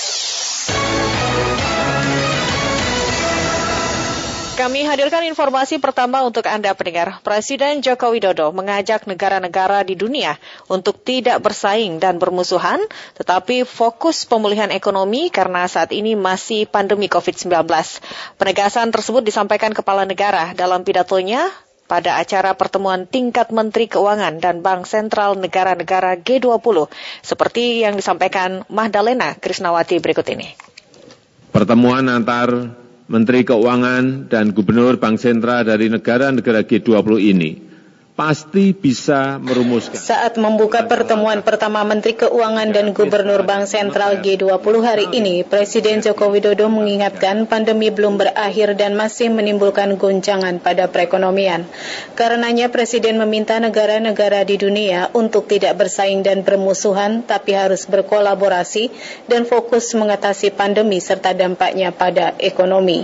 Kami hadirkan informasi pertama untuk Anda pendengar. Presiden Joko Widodo mengajak negara-negara di dunia untuk tidak bersaing dan bermusuhan, tetapi fokus pemulihan ekonomi karena saat ini masih pandemi covid sembilan belas. Penegasan tersebut disampaikan Kepala Negara dalam pidatonya pada acara pertemuan tingkat Menteri Keuangan dan Bank Sentral negara-negara G dua puluh, seperti yang disampaikan Mahdalena Krisnawati berikut ini. Pertemuan antar Menteri Keuangan dan Gubernur Bank Sentral dari negara-negara G dua puluh ini pasti bisa merumuskan. Saat membuka pertemuan pertama Menteri Keuangan dan Gubernur Bank Sentral G dua puluh hari ini, Presiden Joko Widodo mengingatkan pandemi belum berakhir dan masih menimbulkan goncangan pada perekonomian. Karenanya Presiden meminta negara-negara di dunia untuk tidak bersaing dan bermusuhan, tapi harus berkolaborasi dan fokus mengatasi pandemi serta dampaknya pada ekonomi.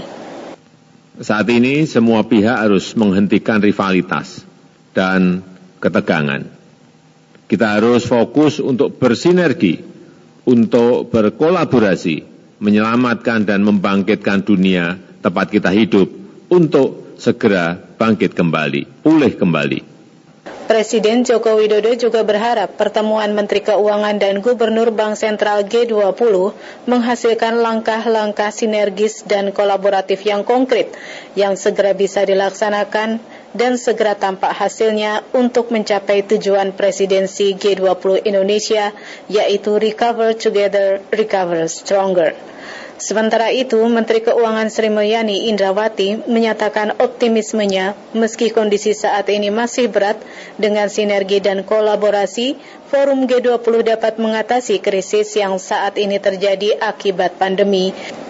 Saat ini semua pihak harus menghentikan rivalitas dan ketegangan. Kita harus fokus untuk bersinergi, untuk berkolaborasi, menyelamatkan dan membangkitkan dunia tempat kita hidup untuk segera bangkit kembali, pulih kembali. Presiden Joko Widodo juga berharap pertemuan Menteri Keuangan dan Gubernur Bank Sentral G dua puluh menghasilkan langkah-langkah sinergis dan kolaboratif yang konkret yang segera bisa dilaksanakan dan segera tampak hasilnya untuk mencapai tujuan presidensi G dua puluh Indonesia, yaitu Recover Together, Recover Stronger. Sementara itu, Menteri Keuangan Sri Mulyani Indrawati menyatakan optimismenya meski kondisi saat ini masih berat, dengan sinergi dan kolaborasi, Forum G dua puluh dapat mengatasi krisis yang saat ini terjadi akibat pandemi.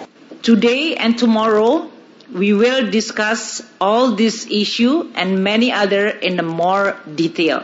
Today and tomorrow, we will discuss all this issue and many other in a more detail.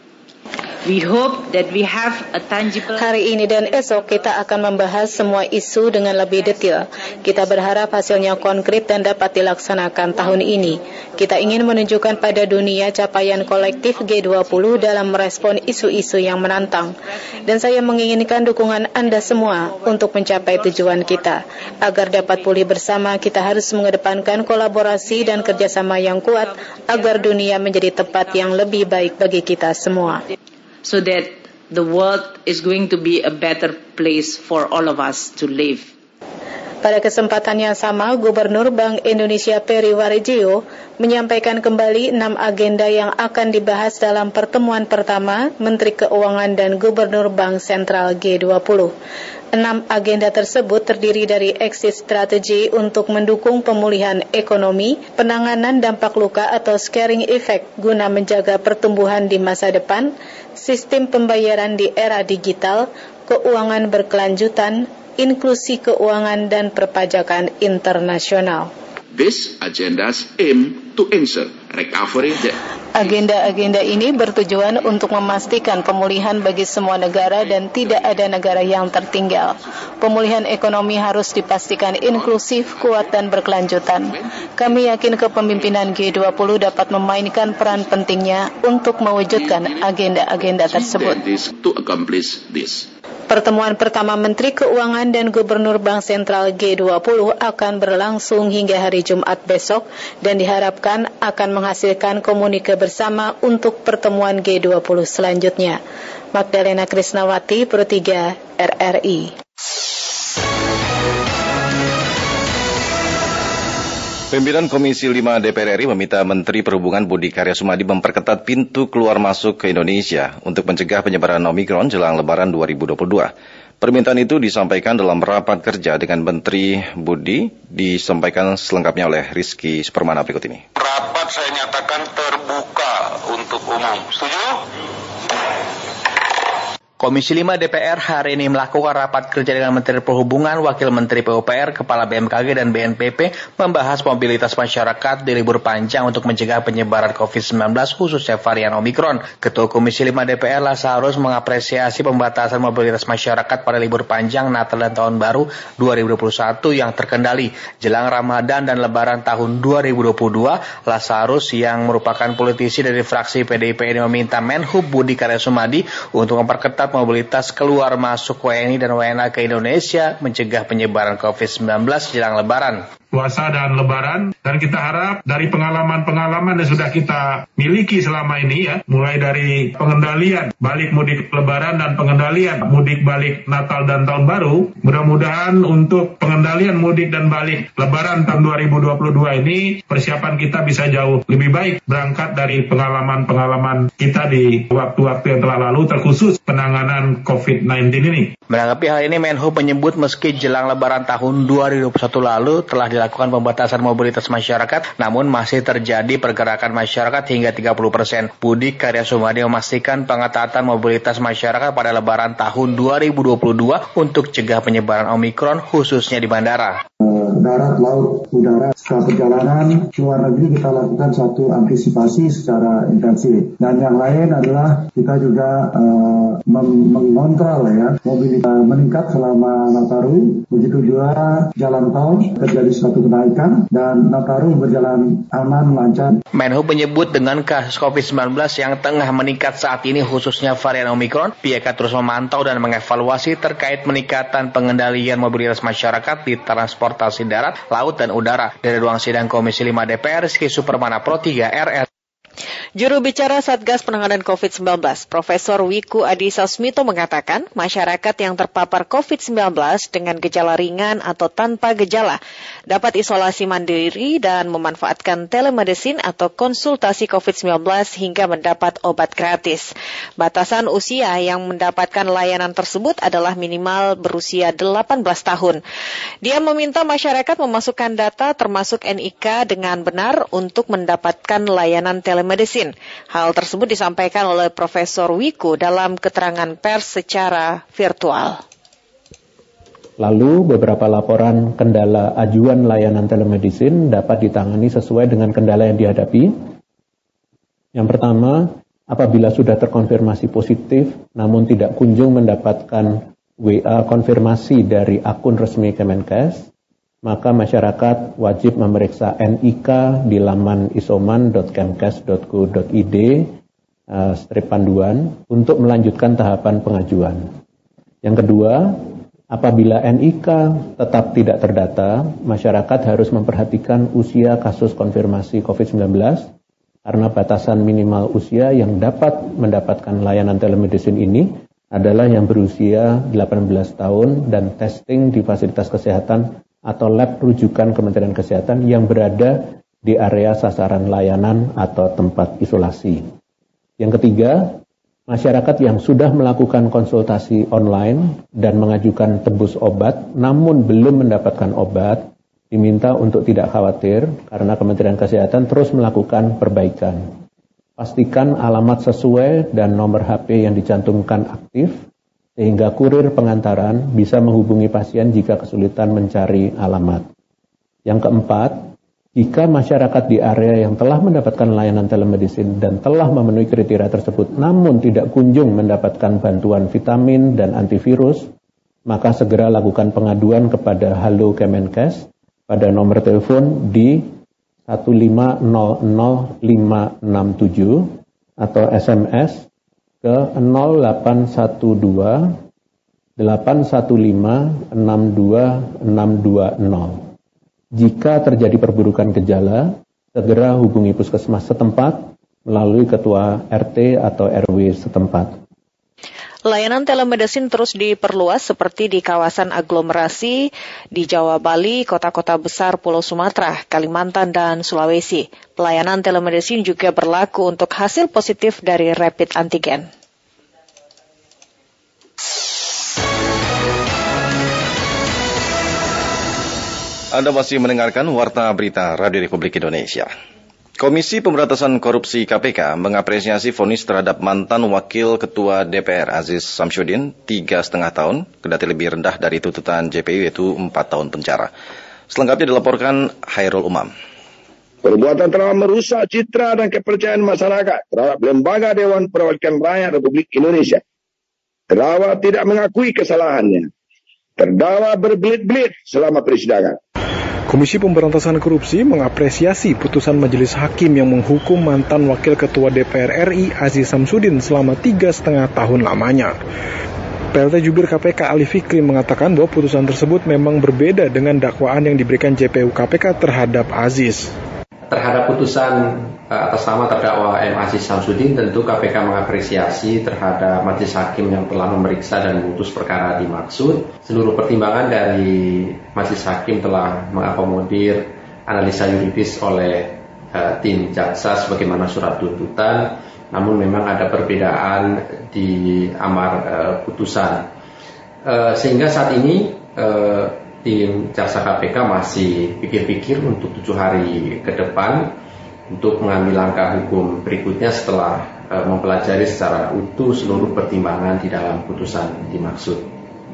We hope that we have a tangible... Hari ini dan esok kita akan membahas semua isu dengan lebih detail. Kita berharap hasilnya konkret dan dapat dilaksanakan tahun ini. Kita ingin menunjukkan pada dunia capaian kolektif G dua puluh dalam merespon isu-isu yang menantang. Dan saya menginginkan dukungan Anda semua untuk mencapai tujuan kita. Agar dapat pulih bersama, kita harus mengedepankan kolaborasi dan kerjasama yang kuat agar dunia menjadi tempat yang lebih baik bagi kita semua. So that the world is going to be a better place for all of us to live. Pada kesempatan yang sama, Gubernur Bank Indonesia Peri Warjio menyampaikan kembali enam agenda yang akan dibahas dalam pertemuan pertama Menteri Keuangan dan Gubernur Bank Sentral G dua puluh. Enam agenda tersebut terdiri dari exit strategi untuk mendukung pemulihan ekonomi, penanganan dampak luka atau scaring effect guna menjaga pertumbuhan di masa depan, sistem pembayaran di era digital, keuangan berkelanjutan, inklusi keuangan dan perpajakan internasional. These agendas aim to ensure recovery. Agenda-agenda ini bertujuan untuk memastikan pemulihan bagi semua negara dan tidak ada negara yang tertinggal. Pemulihan ekonomi harus dipastikan inklusif, kuat dan berkelanjutan. Kami yakin kepemimpinan G dua puluh dapat memainkan peran pentingnya untuk mewujudkan agenda-agenda tersebut. Pertemuan pertama Menteri Keuangan dan Gubernur Bank Sentral G dua puluh akan berlangsung hingga hari Jumat besok dan diharapkan akan menghasilkan komunike bersama untuk pertemuan G dua puluh selanjutnya. Magdalena Krisnawati, Pro tiga R R I. Pimpinan Komisi lima D P R R I meminta Menteri Perhubungan Budi Karya Sumadi memperketat pintu keluar masuk ke Indonesia untuk mencegah penyebaran Omikron jelang Lebaran dua ribu dua puluh dua. Permintaan itu disampaikan dalam rapat kerja dengan Menteri Budi, disampaikan selengkapnya oleh Rizky Supermana berikut ini. Rapat saya nyatakan terbuka untuk umum. Setuju? Komisi lima D P R hari ini melakukan rapat kerja dengan Menteri Perhubungan, Wakil Menteri P U P R, Kepala B M K G dan B N P P membahas mobilitas masyarakat di libur panjang untuk mencegah penyebaran covid sembilan belas khususnya varian Omikron. Ketua Komisi lima D P R Lazarus mengapresiasi pembatasan mobilitas masyarakat pada libur panjang Natal dan Tahun Baru dua ribu dua puluh satu yang terkendali. Jelang Ramadan dan Lebaran tahun dua ribu dua puluh dua, Lazarus yang merupakan politisi dari fraksi P D I P ini meminta Menhub Budi Karya Sumadi untuk memperketat mobilitas keluar masuk W N I dan W N A ke Indonesia mencegah penyebaran covid sembilan belas jelang Lebaran. Puasa dan Lebaran, dan kita harap dari pengalaman-pengalaman yang sudah kita miliki selama ini ya, mulai dari pengendalian balik mudik Lebaran dan pengendalian mudik balik Natal dan Tahun Baru, mudah-mudahan untuk pengendalian mudik dan balik Lebaran tahun dua ribu dua puluh dua ini persiapan kita bisa jauh lebih baik berangkat dari pengalaman-pengalaman kita di waktu-waktu yang telah lalu terkhusus penanganan covid sembilan belas ini. Menanggapi hal ini, Menhub menyebut meski jelang Lebaran tahun dua ribu dua puluh satu lalu telah dilakukan pembatasan mobilitas masyarakat, namun masih terjadi pergerakan masyarakat hingga tiga puluh persen. Budi Karya Sumadi memastikan pengetatan mobilitas masyarakat pada Lebaran tahun dua ribu dua puluh dua untuk cegah penyebaran Omikron khususnya di bandara. Darat, laut, udara, setelah perjalanan luar negeri kita lakukan satu antisipasi secara intensif. Dan yang lain adalah kita juga uh, mem- mengontrol ya mobilitas meningkat selama Nataru. Begitu juga jalan tol terjadi suatu kenaikan dan Nataru berjalan aman lancar. Menhub menyebut dengan kasus covid sembilan belas yang tengah meningkat saat ini khususnya varian Omikron, pihaknya terus memantau dan mengevaluasi terkait peningkatan pengendalian mobilitas masyarakat di transportasi darat, laut, dan udara. Dari ruang sidang Komisi lima D P R, Rizky Supermana Pro tiga R R. Juru bicara Satgas Penanganan covid sembilan belas, Profesor Wiku Adhisa Smito mengatakan masyarakat yang terpapar covid sembilan belas dengan gejala ringan atau tanpa gejala dapat isolasi mandiri dan memanfaatkan telemedicine atau konsultasi covid sembilan belas hingga mendapat obat gratis. Batasan usia yang mendapatkan layanan tersebut adalah minimal berusia delapan belas tahun. Dia meminta masyarakat memasukkan data termasuk N I K dengan benar untuk mendapatkan layanan telemedicine. Hal tersebut disampaikan oleh Profesor Wiku dalam keterangan pers secara virtual. Lalu beberapa laporan kendala ajuan layanan telemedicine dapat ditangani sesuai dengan kendala yang dihadapi. Yang pertama, apabila sudah terkonfirmasi positif namun tidak kunjung mendapatkan W A konfirmasi dari akun resmi Kemenkes, maka masyarakat wajib memeriksa N I K di laman isoman dot kemkes dot go dot i d uh, strip panduan untuk melanjutkan tahapan pengajuan. Yang kedua, apabila N I K tetap tidak terdata, masyarakat harus memperhatikan usia kasus konfirmasi covid sembilan belas karena batasan minimal usia yang dapat mendapatkan layanan telemedicine ini adalah yang berusia delapan belas tahun dan testing di fasilitas kesehatan atau lab rujukan Kementerian Kesehatan yang berada di area sasaran layanan atau tempat isolasi. Yang ketiga, masyarakat yang sudah melakukan konsultasi online dan mengajukan tebus obat namun belum mendapatkan obat, diminta untuk tidak khawatir karena Kementerian Kesehatan terus melakukan perbaikan. Pastikan alamat sesuai dan nomor H P yang dicantumkan aktif, sehingga kurir pengantaran bisa menghubungi pasien jika kesulitan mencari alamat. Yang keempat, jika masyarakat di area yang telah mendapatkan layanan telemedicine dan telah memenuhi kriteria tersebut namun tidak kunjung mendapatkan bantuan vitamin dan antivirus, maka segera lakukan pengaduan kepada Halo Kemenkes pada nomor telepon di satu lima nol nol lima enam tujuh atau S M S ke nol delapan satu dua delapan satu lima enam dua enam dua nol. Jika terjadi perburukan gejala, segera hubungi puskesmas setempat melalui ketua R T atau R W setempat. Layanan telemedicine terus diperluas seperti di kawasan aglomerasi di Jawa, Bali, kota-kota besar Pulau Sumatera, Kalimantan, dan Sulawesi. Pelayanan telemedicine juga berlaku untuk hasil positif dari rapid antigen. Anda masih mendengarkan Warta Berita Radio Republik Indonesia. Komisi Pemberantasan Korupsi K P K mengapresiasi vonis terhadap mantan Wakil Ketua D P R Aziz Samsudin tiga setengah tahun, kendati lebih rendah dari tuntutan J P U yaitu empat tahun penjara. Selengkapnya dilaporkan Hairul Umam. Perbuatan telah merusak citra dan kepercayaan masyarakat terhadap Lembaga Dewan Perwakilan Rakyat Republik Indonesia. Terdakwa tidak mengakui kesalahannya. Terdakwa berbelit-belit selama persidangan. Komisi Pemberantasan Korupsi mengapresiasi putusan Majelis Hakim yang menghukum mantan Wakil Ketua D P R R I Aziz Samsudin selama tiga setengah tahun lamanya. P L T Jubir K P K Ali Fikri mengatakan bahwa putusan tersebut memang berbeda dengan dakwaan yang diberikan J P U K P K terhadap Aziz. Terhadap putusan atas nama terdakwa M. Aziz Samsudin, tentu K P K mengapresiasi terhadap Majelis Hakim yang telah memeriksa dan memutus perkara dimaksud. Seluruh pertimbangan dari Majelis Hakim telah mengakomodir analisa yuridis oleh uh, tim jaksa sebagaimana surat tuntutan. Namun memang ada perbedaan di amar uh, putusan. Uh, sehingga saat ini uh, tim jaksa K P K masih pikir-pikir untuk tujuh hari ke depan untuk mengambil langkah hukum berikutnya setelah e, mempelajari secara utuh seluruh pertimbangan di dalam putusan dimaksud.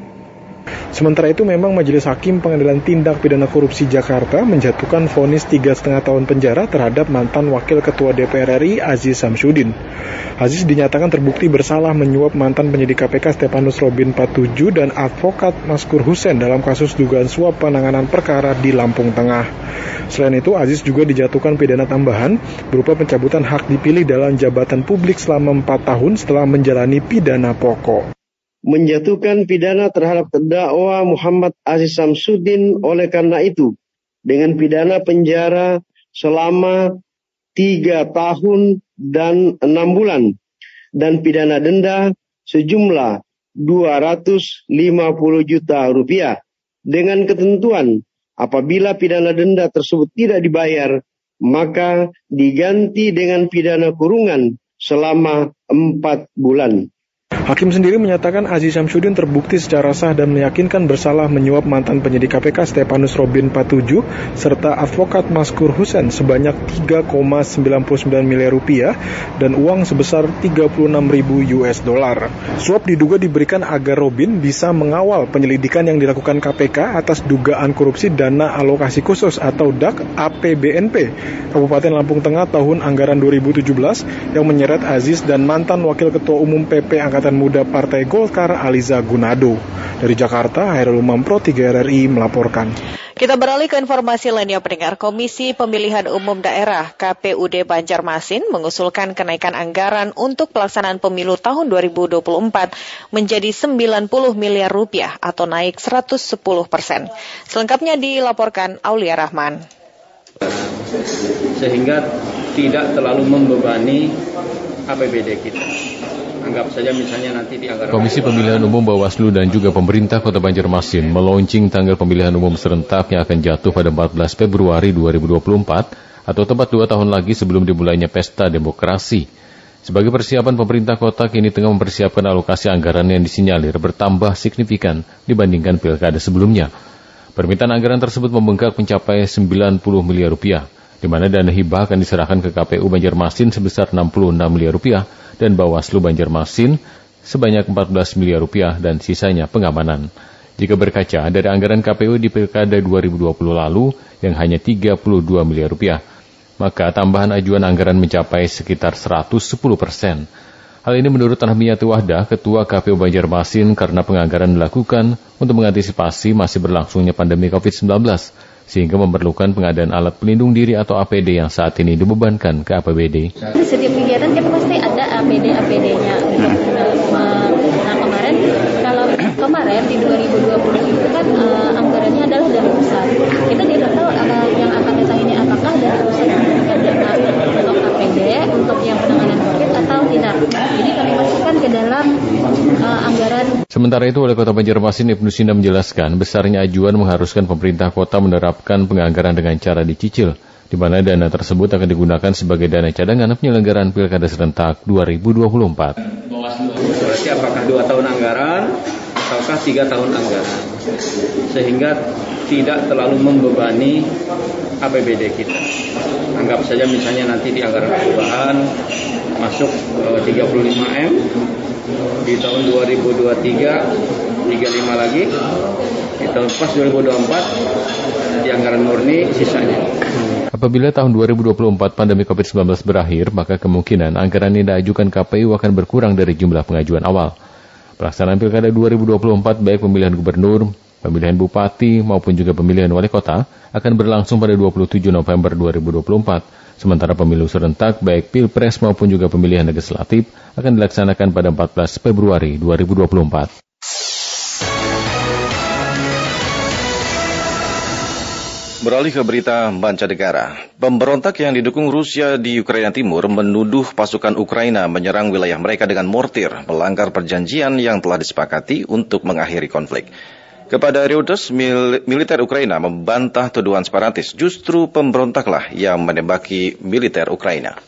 Sementara itu memang Majelis Hakim Pengadilan Tindak Pidana Korupsi Jakarta menjatuhkan vonis tiga setengah tahun penjara terhadap mantan Wakil Ketua D P R R I Aziz Samsudin. Aziz dinyatakan terbukti bersalah menyuap mantan penyidik K P K Stepanus Robin Patuju dan advokat Maskur Hussein dalam kasus dugaan suap penanganan perkara di Lampung Tengah. Selain itu, Aziz juga dijatuhkan pidana tambahan berupa pencabutan hak dipilih dalam jabatan publik selama empat tahun setelah menjalani pidana pokok. Menjatuhkan pidana terhadap terdakwa Muhammad Aziz Samsudin oleh karena itu dengan pidana penjara selama tiga tahun dan enam bulan dan pidana denda sejumlah dua ratus lima puluh juta rupiah dengan ketentuan apabila pidana denda tersebut tidak dibayar maka diganti dengan pidana kurungan selama empat bulan. Hakim sendiri menyatakan Aziz Samsudin terbukti secara sah dan meyakinkan bersalah menyuap mantan penyidik K P K Stepanus Robin Patuju serta advokat Maskur Hussein sebanyak tiga koma sembilan sembilan miliar rupiah dan uang sebesar tiga puluh enam ribu U S dollar. Suap diduga diberikan agar Robin bisa mengawal penyelidikan yang dilakukan K P K atas dugaan korupsi dana alokasi khusus atau D A K A P B N P Kabupaten Lampung Tengah tahun anggaran dua ribu tujuh belas yang menyeret Aziz dan mantan Wakil Ketua Umum P P Angkatan Muda Partai Golkar Aliza Gunado. Dari Jakarta, Hairul Umam Pro tiga R R I melaporkan. Kita beralih ke informasi lainnya pendengar. Komisi Pemilihan Umum Daerah K P U D Banjarmasin mengusulkan kenaikan anggaran untuk pelaksanaan pemilu tahun dua ribu dua puluh empat menjadi sembilan puluh miliar rupiah atau naik seratus sepuluh persen. Selengkapnya dilaporkan Aulia Rahman. Sehingga tidak terlalu membebani A P B D kita. Anggap saja misalnya nanti di anggaran Komisi Pemilihan Umum Bawaslu dan juga pemerintah Kota Banjarmasin meluncing tanggal pemilihan umum serentak yang akan jatuh pada empat belas Februari dua ribu dua puluh empat atau tepat dua tahun lagi sebelum dimulainya pesta demokrasi. Sebagai persiapan pemerintah kota kini tengah mempersiapkan alokasi anggaran yang disinyalir bertambah signifikan dibandingkan pilkada sebelumnya. Permintaan anggaran tersebut membengkak mencapai sembilan puluh miliar rupiah, di mana dana hibah akan diserahkan ke K P U Banjarmasin sebesar enam puluh enam miliar rupiah dan Bawaslu Banjarmasin sebanyak empat belas miliar rupiah dan sisanya pengamanan. Jika berkaca dari anggaran K P U di Pilkada dua ribu dua puluh lalu yang hanya tiga puluh dua miliar rupiah, maka tambahan ajuan anggaran mencapai sekitar seratus sepuluh persen. Hal ini menurut Nahmiyati Wahdah, Ketua K P U Banjarmasin, karena penganggaran dilakukan untuk mengantisipasi masih berlangsungnya pandemi covid sembilan belas, sehingga memerlukan pengadaan alat pelindung diri atau A P D yang saat ini dibebankan ke A P B D. Setiap kegiatan kan pasti ada A P D A P D-nya. Nah kemarin kalau kemarin di dua ribu dua puluh itu kan uh, anggarannya adalah dari pusat. Kita tidak tahu uh, yang akan datang ini apakah dari pusat ada dana untuk A P D untuk yang penanganan COVID atau tidak. Jadi kami masukkan ke dalam uh, A Sementara itu, Wali Kota Banjarmasin Ibnu Sina menjelaskan besarnya ajuan mengharuskan pemerintah kota menerapkan penganggaran dengan cara dicicil, di mana dana tersebut akan digunakan sebagai dana cadangan penyelenggaraan Pilkada serentak dua ribu dua puluh empat. Berarti apakah dua tahun anggaran ataukah tiga tahun anggaran, sehingga tidak terlalu membebani A P B D kita. Anggap saja misalnya nanti di anggaran perubahan masuk uh, tiga puluh lima M, di tahun dua ribu dua puluh tiga tiga puluh lima lagi, di tahun pas dua ribu dua puluh empat di anggaran murni sisanya. Apabila tahun dua ribu dua puluh empat pandemi covid sembilan belas berakhir, maka kemungkinan anggaran yang diajukan K P U akan berkurang dari jumlah pengajuan awal. Pelaksanaan Pilkada dua ribu dua puluh empat baik pemilihan gubernur, pemilihan bupati maupun juga pemilihan wali kota akan berlangsung pada dua puluh tujuh November dua ribu dua puluh empat. Sementara pemilu serentak baik Pilpres maupun juga pemilihan legislatif akan dilaksanakan pada empat belas Februari dua ribu dua puluh empat. Beralih ke berita mancanegara. Pemberontak yang didukung Rusia di Ukraina Timur menuduh pasukan Ukraina menyerang wilayah mereka dengan mortir, melanggar perjanjian yang telah disepakati untuk mengakhiri konflik. Kepada Reuters, mil- militer Ukraina membantah tuduhan separatis, justru pemberontaklah yang menembaki militer Ukraina.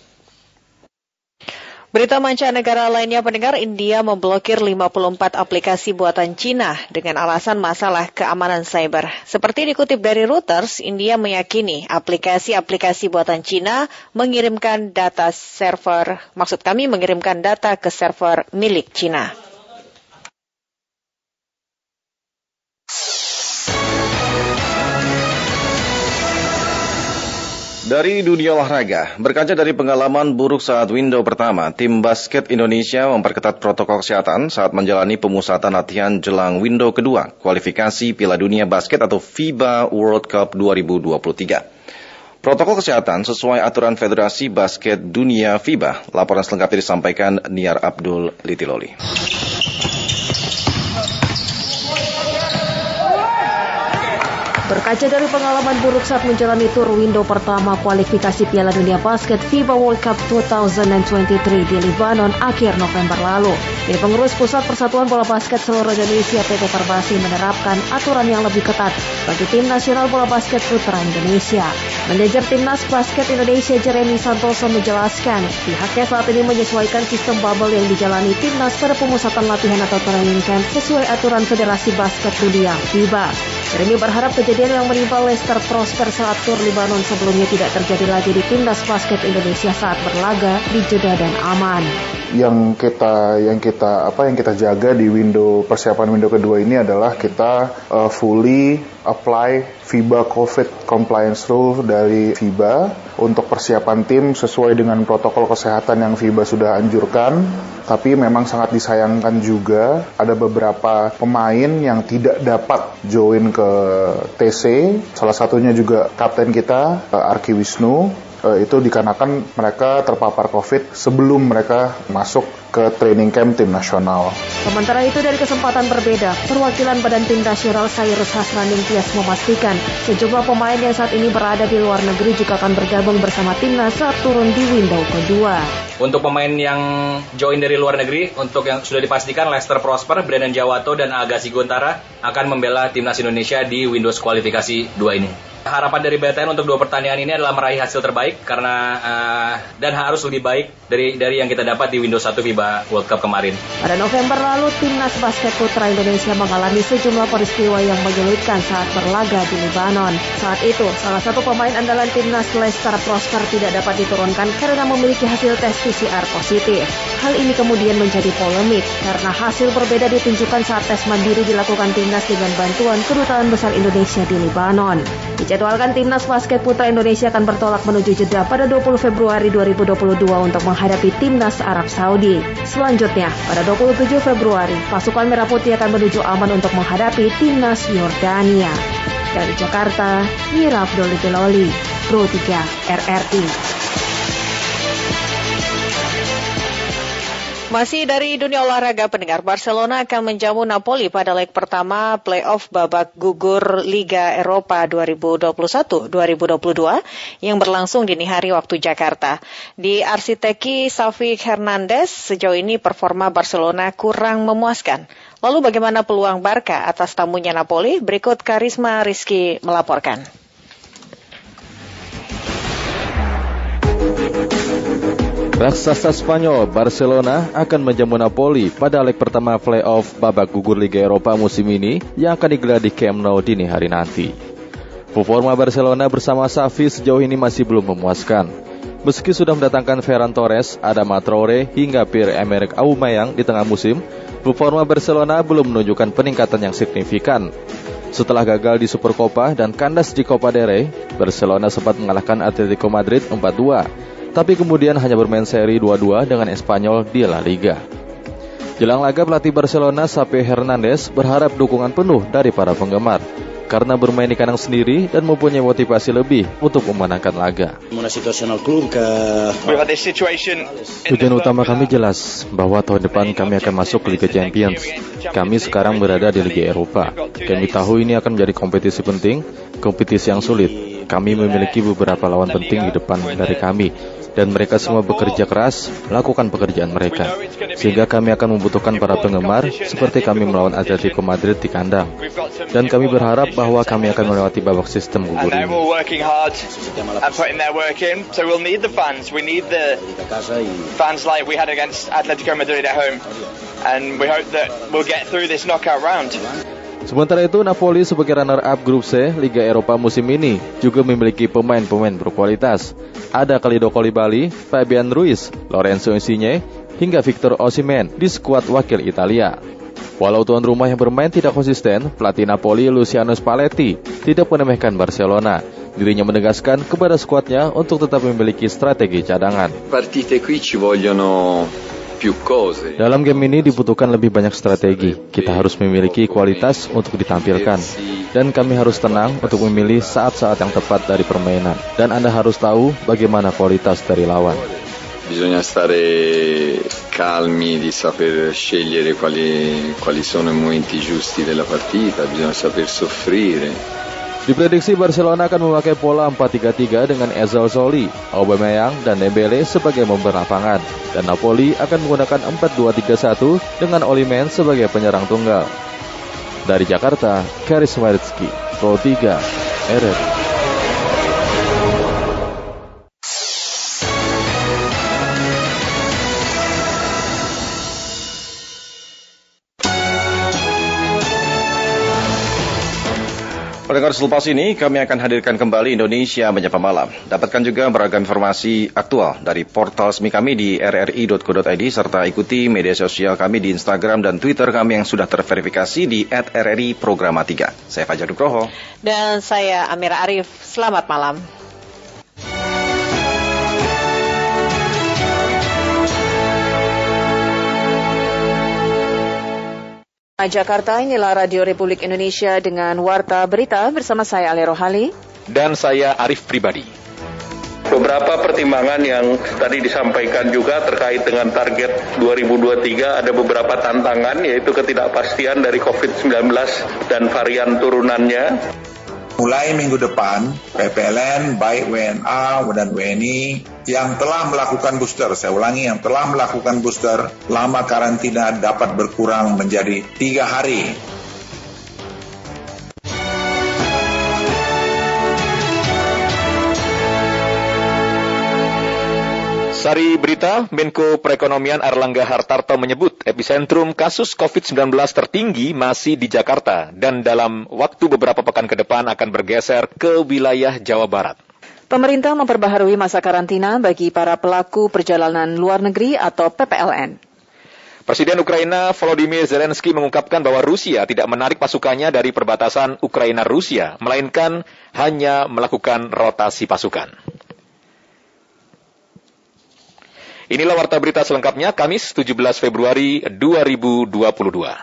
Berita mancanegara lainnya, pendengar, India memblokir lima puluh empat aplikasi buatan Cina dengan alasan masalah keamanan cyber. Seperti dikutip dari Reuters, India meyakini aplikasi-aplikasi buatan Cina mengirimkan data server, maksud kami mengirimkan data ke server milik Cina. Dari dunia olahraga, berkaca dari pengalaman buruk saat window pertama, tim basket Indonesia memperketat protokol kesehatan saat menjalani pemusatan latihan jelang window kedua, kualifikasi Piala Dunia Basket atau FIBA World Cup dua ribu dua puluh tiga. Protokol kesehatan sesuai aturan Federasi Basket Dunia FIBA. Laporan selengkapnya disampaikan Niar Abdul Litiloli. Berkaca dari pengalaman buruk saat menjalani tur window pertama kualifikasi Piala Dunia Basket FIBA World Cup dua ribu dua puluh tiga di Lebanon akhir November lalu, ini pengurus Pusat Persatuan Bola Basket Seluruh Indonesia P T Perbasi menerapkan aturan yang lebih ketat bagi tim nasional bola basket putra Indonesia. Manajer Timnas Basket Indonesia Jeremy Santoso menjelaskan, pihaknya saat ini menyesuaikan sistem bubble yang dijalani Timnas pada pemusatan latihan atau training camp sesuai aturan Federasi Basket Dunia FIBA. Jeremy berharap kejadian yang menimpa Leicester Prosper saat tur Lebanon sebelumnya tidak terjadi lagi di Timnas Basket Indonesia saat berlaga di Jeddah dan aman. Yang kita yang kita apa yang kita jaga di window persiapan window kedua ini adalah kita uh, fully apply FIBA COVID compliance rule dari FIBA untuk persiapan tim sesuai dengan protokol kesehatan yang FIBA sudah anjurkan. Tapi memang sangat disayangkan juga ada beberapa pemain yang tidak dapat join ke T C. Salah satunya juga kapten kita Arki Wisnu. Uh, itu dikarenakan mereka terpapar COVID sebelum mereka masuk ke training camp tim nasional. Sementara itu dari kesempatan berbeda, perwakilan Badan Tim Nasional Cyrus Hasraningtyas memastikan sejumlah pemain yang saat ini berada di luar negeri juga akan bergabung bersama timnas saat turun di window kedua. Untuk pemain yang join dari luar negeri, untuk yang sudah dipastikan Leicester Prosper, Brandon Jawato, dan Agassi Gontara akan membela timnas Indonesia di Windows kualifikasi dua ini. Harapan dari B T N untuk dua pertandingan ini adalah meraih hasil terbaik karena uh, dan harus lebih baik dari dari yang kita dapat di Windows satu FIBA World Cup kemarin. Pada November lalu, timnas basket putra Indonesia mengalami sejumlah peristiwa yang menyulitkan saat berlaga di Lebanon. Saat itu, salah satu pemain andalan timnas Leicester Prosper tidak dapat diturunkan karena memiliki hasil tes P C R positif. Hal ini kemudian menjadi polemik karena hasil berbeda ditunjukkan saat tes mandiri dilakukan timnas dengan bantuan Kedutaan Besar Indonesia di Lebanon. Dijadwalkan timnas basket putra Indonesia akan bertolak menuju Jeddah pada dua puluh Februari dua ribu dua puluh dua untuk menghadapi timnas Arab Saudi. Selanjutnya, pada dua puluh tujuh Februari, pasukan Merah Putih akan menuju Amman untuk menghadapi timnas Yordania. Dari Jakarta, Mira Abdul Litiloli, Pro tiga R R I. Masih dari dunia olahraga, pendengar, Barcelona akan menjamu Napoli pada leg pertama playoff babak gugur Liga Eropa dua ribu dua puluh satu dua ribu dua puluh dua yang berlangsung dini hari waktu Jakarta. Di arsiteki Xavi Hernandez, sejauh ini performa Barcelona kurang memuaskan. Lalu bagaimana peluang Barca atas tamunya Napoli? Berikut Karisma Rizky melaporkan. Raksasa Spanyol Barcelona akan menjamu Napoli pada leg pertama playoff babak gugur Liga Eropa musim ini yang akan digelar di Camp Nou dini hari nanti. Performa Barcelona bersama Xavi sejauh ini masih belum memuaskan. Meski sudah mendatangkan Ferran Torres, Adama Traore hingga Pierre-Emerick Aubameyang di tengah musim, performa Barcelona belum menunjukkan peningkatan yang signifikan. Setelah gagal di Supercopa dan kandas di Copa del Rey, Barcelona sempat mengalahkan Atletico Madrid empat dua. Tapi kemudian hanya bermain seri dua dua dengan Espanyol di La Liga. Jelang laga, pelatih Barcelona Xavi Hernandez berharap dukungan penuh dari para penggemar karena bermain di kandang sendiri dan mempunyai motivasi lebih untuk memenangkan laga. Tujuan utama kami jelas bahwa tahun depan kami akan masuk ke Liga Champions. Kami sekarang berada di Liga Eropa. Kami tahu ini akan menjadi kompetisi penting, kompetisi yang sulit. Kami memiliki beberapa lawan penting di depan dari kami, dan mereka semua bekerja keras melakukan pekerjaan mereka, sehingga kami akan membutuhkan para penggemar seperti kami melawan Atletico Madrid di kandang, dan kami berharap bahwa kami akan melewati babak sistem gugur ini. Sementara itu, Napoli sebagai runner-up grup C Liga Eropa musim ini juga memiliki pemain-pemain berkualitas. Ada Kalidou Koulibaly, Fabian Ruiz, Lorenzo Insigne, hingga Victor Osimhen di skuad wakil Italia. Walau tuan rumah yang bermain tidak konsisten, pelatih Napoli Luciano Spalletti tidak meremehkan Barcelona. Dirinya menegaskan kepada skuadnya untuk tetap memiliki strategi cadangan. Partite qui ci vogliono Dalam game ini dibutuhkan lebih banyak strategi. Kita harus memiliki kualitas untuk ditampilkan, dan kami harus tenang untuk memilih saat-saat yang tepat dari permainan. Dan Anda harus tahu bagaimana kualitas dari lawan. Bisogna stare calmi di saper scegliere quali, quali sono i momenti giusti della partita, bisogna saper soffrire. Diprediksi Barcelona akan memakai pola empat tiga tiga dengan Ezel Soli, Aubameyang, dan Dembele sebagai member lapangan. Dan Napoli akan menggunakan empat dua tiga satu dengan Osimhen sebagai penyerang tunggal. Dari Jakarta, Karisma Rizky, Pro tiga, R R I. Pendengar, selepas ini kami akan hadirkan kembali Indonesia Menyapa Malam. Dapatkan juga beragam informasi aktual dari portal resmi kami di r r i dot co dot i d serta ikuti media sosial kami di Instagram dan Twitter kami yang sudah terverifikasi di at r r i programa tiga. Saya Fajar Nugroho. Dan saya Amira Arif. Selamat malam. Jakarta, inilah Radio Republik Indonesia dengan Warta Berita bersama saya Ale Rohali. Dan saya Arif Pribadi. Beberapa pertimbangan yang tadi disampaikan juga terkait dengan target dua ribu dua puluh tiga, ada beberapa tantangan, yaitu ketidakpastian dari covid sembilan belas dan varian turunannya. Mulai minggu depan, P P L N, baik W N A dan W N I, yang telah melakukan booster, saya ulangi, yang telah melakukan booster, lama karantina dapat berkurang menjadi tiga hari. Sari berita, Menko Perekonomian Airlangga Hartarto menyebut epicentrum kasus covid sembilan belas tertinggi masih di Jakarta dan dalam waktu beberapa pekan ke depan akan bergeser ke wilayah Jawa Barat. Pemerintah memperbaharui masa karantina bagi para pelaku perjalanan luar negeri atau P P L N. Presiden Ukraina Volodymyr Zelensky mengungkapkan bahwa Rusia tidak menarik pasukannya dari perbatasan Ukraina-Rusia, melainkan hanya melakukan rotasi pasukan. Inilah Warta Berita selengkapnya, Kamis tujuh belas Februari dua ribu dua puluh dua.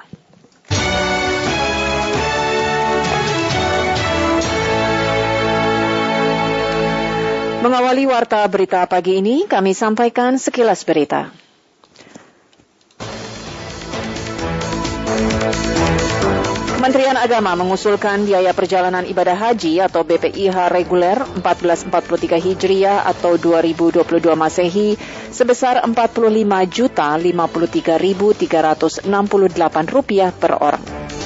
Mengawali Warta Berita pagi ini, kami sampaikan sekilas berita. Kementerian Agama mengusulkan biaya perjalanan ibadah haji atau B P I H reguler seribu empat ratus empat puluh tiga Hijriah atau dua ribu dua puluh dua Masehi sebesar empat puluh lima juta lima puluh tiga ribu tiga ratus enam puluh delapan rupiah per orang.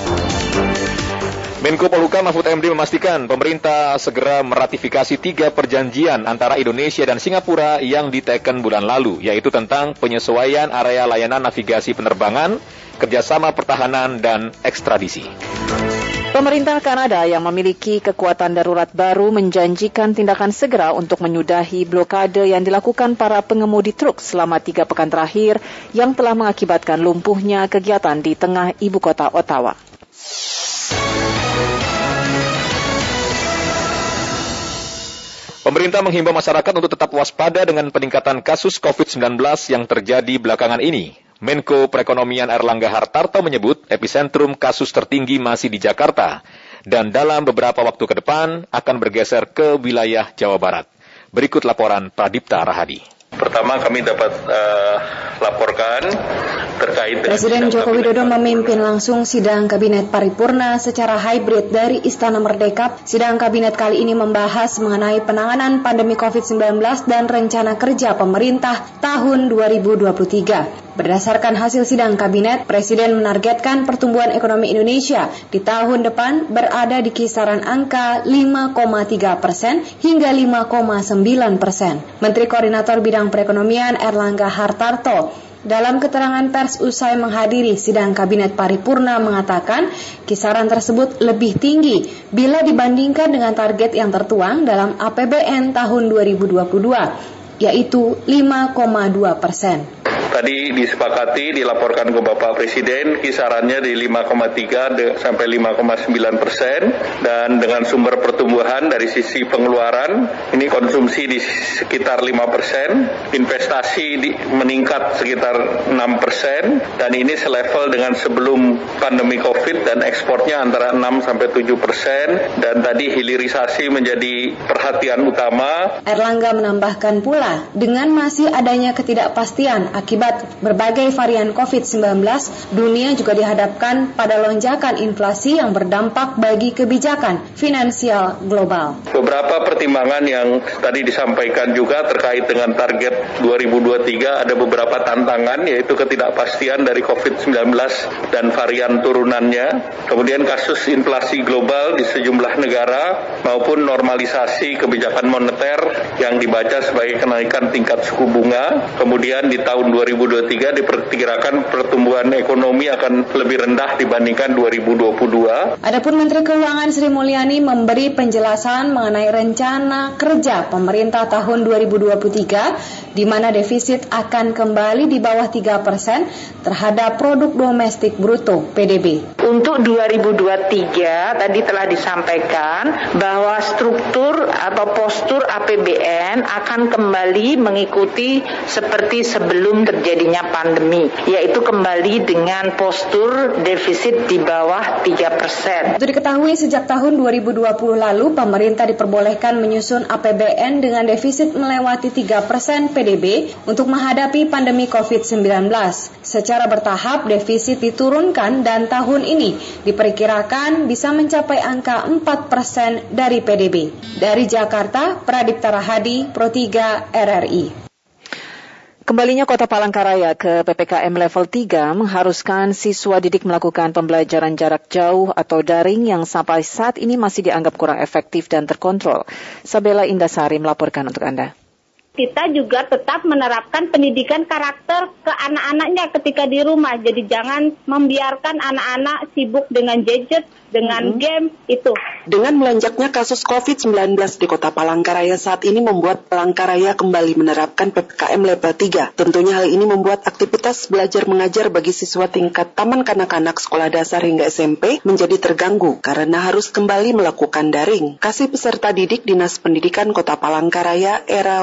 Menko Polhukam Mahfud M D memastikan pemerintah segera meratifikasi tiga perjanjian antara Indonesia dan Singapura yang diteken bulan lalu, yaitu tentang penyesuaian area layanan navigasi penerbangan, kerjasama pertahanan, dan ekstradisi. Pemerintah Kanada yang memiliki kekuatan darurat baru menjanjikan tindakan segera untuk menyudahi blokade yang dilakukan para pengemudi truk selama tiga pekan terakhir yang telah mengakibatkan lumpuhnya kegiatan di tengah ibu kota Ottawa. Pemerintah menghimbau masyarakat untuk tetap waspada dengan peningkatan kasus covid sembilan belas yang terjadi belakangan ini. Menko Perekonomian Erlangga Hartarto menyebut epicentrum kasus tertinggi masih di Jakarta dan dalam beberapa waktu ke depan akan bergeser ke wilayah Jawa Barat. Berikut laporan Pradipta Rahadi. Pertama kami dapat uh, laporkan terkait dengan Presiden Joko Widodo memimpin langsung sidang Kabinet Paripurna secara hybrid dari Istana Merdeka. Sidang Kabinet kali ini membahas mengenai penanganan pandemi covid sembilan belas dan rencana kerja pemerintah tahun dua ribu dua puluh tiga. Berdasarkan hasil sidang Kabinet, Presiden menargetkan pertumbuhan ekonomi Indonesia di tahun depan berada di kisaran angka lima koma tiga persen hingga lima koma sembilan persen. Menteri Koordinator Bidang Perekonomian Erlangga Hartarto dalam keterangan pers usai menghadiri sidang Kabinet Paripurna mengatakan kisaran tersebut lebih tinggi bila dibandingkan dengan target yang tertuang dalam A P B N tahun dua ribu dua puluh dua, yaitu lima koma dua persen. Tadi disepakati dilaporkan ke Bapak Presiden kisarannya di lima koma tiga sampai lima koma sembilan persen dan dengan sumber pertumbuhan dari sisi pengeluaran ini konsumsi di sekitar lima persen, investasi di, meningkat sekitar enam persen dan ini selevel dengan sebelum pandemi Covid dan ekspornya antara enam sampai tujuh persen dan tadi hilirisasi menjadi perhatian utama. Erlangga menambahkan pula dengan masih adanya ketidakpastian akibat berbagai varian covid sembilan belas, dunia juga dihadapkan pada lonjakan inflasi yang berdampak bagi kebijakan finansial global. Beberapa pertimbangan yang tadi disampaikan juga terkait dengan target dua ribu dua puluh tiga ada beberapa tantangan yaitu ketidakpastian dari covid sembilan belas dan varian turunannya, kemudian kasus inflasi global di sejumlah negara maupun normalisasi kebijakan moneter yang dibaca sebagai kenaikan tingkat suku bunga, kemudian di tahun dua ribu dua puluh tiga diperkirakan pertumbuhan ekonomi akan lebih rendah dibandingkan dua ribu dua puluh dua. Adapun Menteri Keuangan Sri Mulyani memberi penjelasan mengenai rencana kerja pemerintah tahun dua ribu dua puluh tiga di mana defisit akan kembali di bawah tiga persen terhadap produk domestik bruto P D B. Untuk dua ribu dua puluh tiga tadi telah disampaikan bahwa struktur atau postur A P B N akan kembali mengikuti seperti sebelum terjadinya pandemi, yaitu kembali dengan postur defisit di bawah tiga persen. Untuk diketahui sejak tahun dua ribu dua puluh lalu, pemerintah diperbolehkan menyusun A P B N dengan defisit melewati tiga persen P D B untuk menghadapi pandemi covid sembilan belas. Secara bertahap, defisit diturunkan dan tahun ini diperkirakan bisa mencapai angka empat persen dari P D B. Dari Jakarta, Pradipta Rahadi, Pro tiga R R I. Kembalinya Kota Palangkaraya ke P P K M level tiga mengharuskan siswa didik melakukan pembelajaran jarak jauh atau daring yang sampai saat ini masih dianggap kurang efektif dan terkontrol. Sabella Indasari melaporkan untuk Anda. Kita juga tetap menerapkan pendidikan karakter ke anak-anaknya ketika di rumah. Jadi jangan membiarkan anak-anak sibuk dengan gadget, dengan hmm. game, itu. Dengan melonjaknya kasus covid sembilan belas di Kota Palangkaraya saat ini membuat Palangkaraya kembali menerapkan P P K M level tiga. Tentunya hal ini membuat aktivitas belajar mengajar bagi siswa tingkat taman kanak-kanak sekolah dasar hingga S M P menjadi terganggu karena harus kembali melakukan daring. Kasih peserta didik Dinas Pendidikan Kota Palangkaraya Era Wahyuni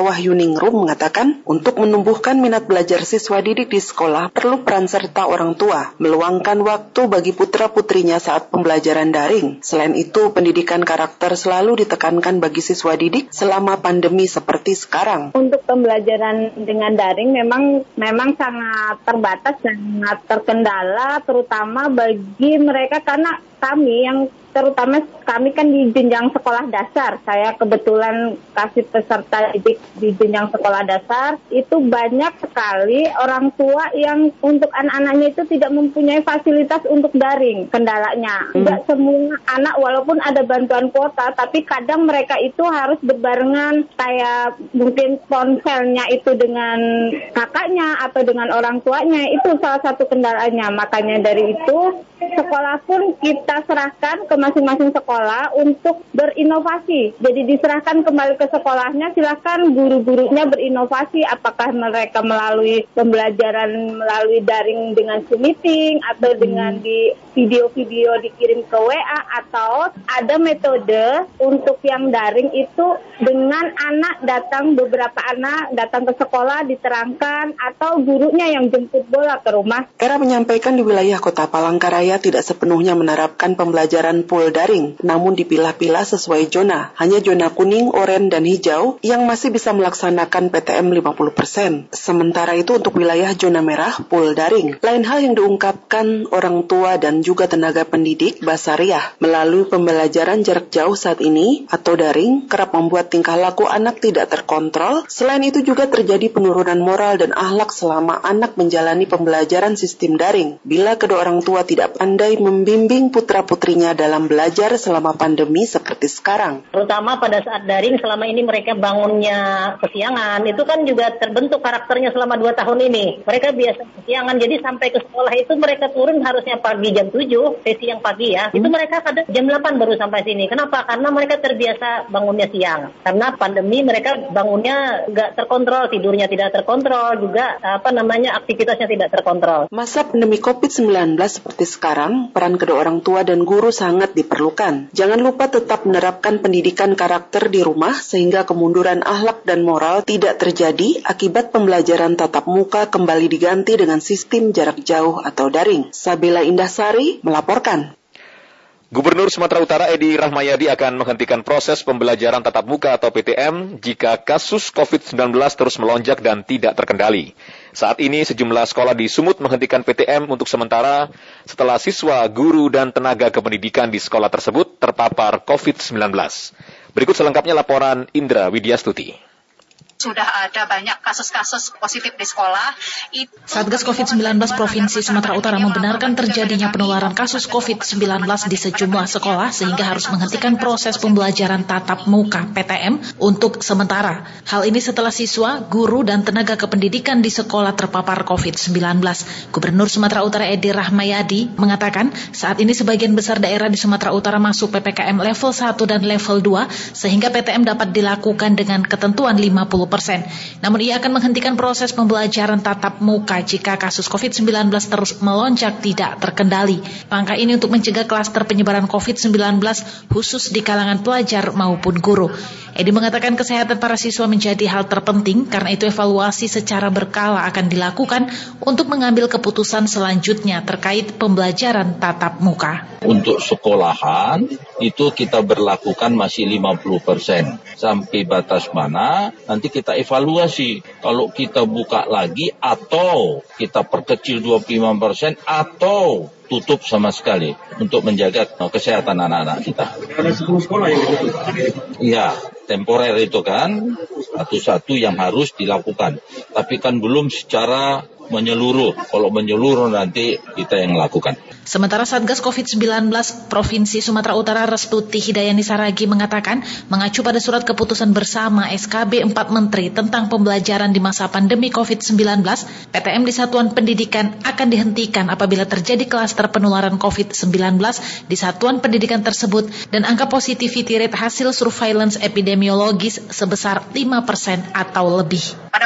Ningrum mengatakan, untuk menumbuhkan minat belajar siswa didik di sekolah perlu peran serta orang tua, meluangkan waktu bagi putra-putrinya saat pembelajaran daring. Selain itu, pendidikan karakter selalu ditekankan bagi siswa didik selama pandemi seperti sekarang. Untuk pembelajaran dengan daring memang memang sangat terbatas dan sangat terkendala, terutama bagi mereka karena kami yang terutama kami kan di jenjang sekolah dasar. Saya kebetulan kasih peserta didik di jenjang sekolah dasar. Itu banyak sekali orang tua yang untuk anak-anaknya itu tidak mempunyai fasilitas untuk daring. Kendalanya tidak hmm. semua anak walaupun ada bantuan kuota, tapi kadang mereka itu harus berbarengan, kayak mungkin ponselnya itu dengan kakaknya atau dengan orang tuanya. Itu salah satu kendalanya. Makanya dari itu sekolah pun kita serahkan ke masing-masing sekolah untuk berinovasi. Jadi diserahkan kembali ke sekolahnya, silakan guru-gurunya berinovasi, apakah mereka melalui pembelajaran melalui daring dengan Zoom meeting atau dengan di video-video dikirim ke W A, atau ada metode untuk yang daring itu dengan anak datang, beberapa anak datang ke sekolah diterangkan atau gurunya yang jemput bola ke rumah. Era menyampaikan di wilayah Kota Palangkaraya tidak sepenuhnya menerapkan pembelajaran full daring, namun dipilah-pilah sesuai zona. Hanya zona kuning, oranye, dan hijau yang masih bisa melaksanakan P T M lima puluh persen. Sementara itu untuk wilayah zona merah, full daring. Lain hal yang diungkapkan orang tua dan juga tenaga pendidik Basariah. Melalui pembelajaran jarak jauh saat ini atau daring, kerap membuat tingkah laku anak tidak terkontrol. Selain itu juga terjadi penurunan moral dan akhlak selama anak menjalani pembelajaran sistem daring. Bila kedua orang tua tidak pandai membimbing putra-putrinya dalam belajar selama pandemi seperti sekarang. Terutama pada saat daring, selama ini mereka bangunnya kesiangan, itu kan juga terbentuk karakternya selama dua tahun ini. Mereka biasa kesiangan, jadi sampai ke sekolah itu mereka turun harusnya pagi jam tujuh, sesi yang pagi ya. Hmm. Itu mereka kadang jam delapan baru sampai sini. Kenapa? Karena mereka terbiasa bangunnya siang. Karena pandemi mereka bangunnya nggak terkontrol, tidurnya tidak terkontrol, juga apa namanya aktivitasnya tidak terkontrol. Masa pandemi covid sembilan belas seperti sekarang, peran kedua orang tua dan guru sangat diperlukan. Jangan lupa tetap menerapkan pendidikan karakter di rumah sehingga kemunduran akhlak dan moral tidak terjadi akibat pembelajaran tatap muka kembali diganti dengan sistem jarak jauh atau daring. Sabila Indahsari melaporkan. Gubernur Sumatera Utara Edi Rahmayadi akan menghentikan proses pembelajaran tatap muka atau P T M jika kasus covid sembilan belas terus melonjak dan tidak terkendali. Saat ini sejumlah sekolah di Sumut menghentikan P T M untuk sementara setelah siswa, guru, dan tenaga kependidikan di sekolah tersebut terpapar covid sembilan belas. Berikut selengkapnya laporan Indra Widyastuti. Sudah ada banyak kasus-kasus positif di sekolah. Itu Satgas covid sembilan belas Provinsi Sumatera Utara membenarkan terjadinya penularan kasus covid sembilan belas di sejumlah sekolah sehingga harus menghentikan proses pembelajaran tatap muka P T M untuk sementara. Hal ini setelah siswa, guru, dan tenaga kependidikan di sekolah terpapar covid sembilan belas. Gubernur Sumatera Utara Edi Rahmayadi mengatakan saat ini sebagian besar daerah di Sumatera Utara masuk P P K M level satu dan level dua sehingga P T M dapat dilakukan dengan ketentuan lima puluh persen. Namun ia akan menghentikan proses pembelajaran tatap muka jika kasus covid sembilan belas terus melonjak tidak terkendali. Langkah ini untuk mencegah klaster penyebaran covid sembilan belas khusus di kalangan pelajar maupun guru. Edi mengatakan kesehatan para siswa menjadi hal terpenting, karena itu evaluasi secara berkala akan dilakukan untuk mengambil keputusan selanjutnya terkait pembelajaran tatap muka. Untuk sekolahan itu kita berlakukan masih lima puluh persen. Sampai batas mana nanti kita evaluasi. Kalau kita buka lagi atau kita perkecil dua puluh lima persen atau tutup sama sekali untuk menjaga kesehatan anak-anak kita. Ada sepuluh sekolah yang ditutup. Iya, temporer itu kan satu-satu yang harus dilakukan. Tapi kan belum secara menyeluruh. Kalau menyeluruh nanti kita yang lakukan. Sementara Satgas covid sembilan belas Provinsi Sumatera Utara Restuti Hidayani Saragi mengatakan mengacu pada surat keputusan bersama S K B empat Menteri tentang pembelajaran di masa pandemi covid sembilan belas, P T M di satuan pendidikan akan dihentikan apabila terjadi klaster penularan covid sembilan belas di satuan pendidikan tersebut dan angka positivity rate hasil surveillance epidemiologis sebesar lima persen atau lebih. Pada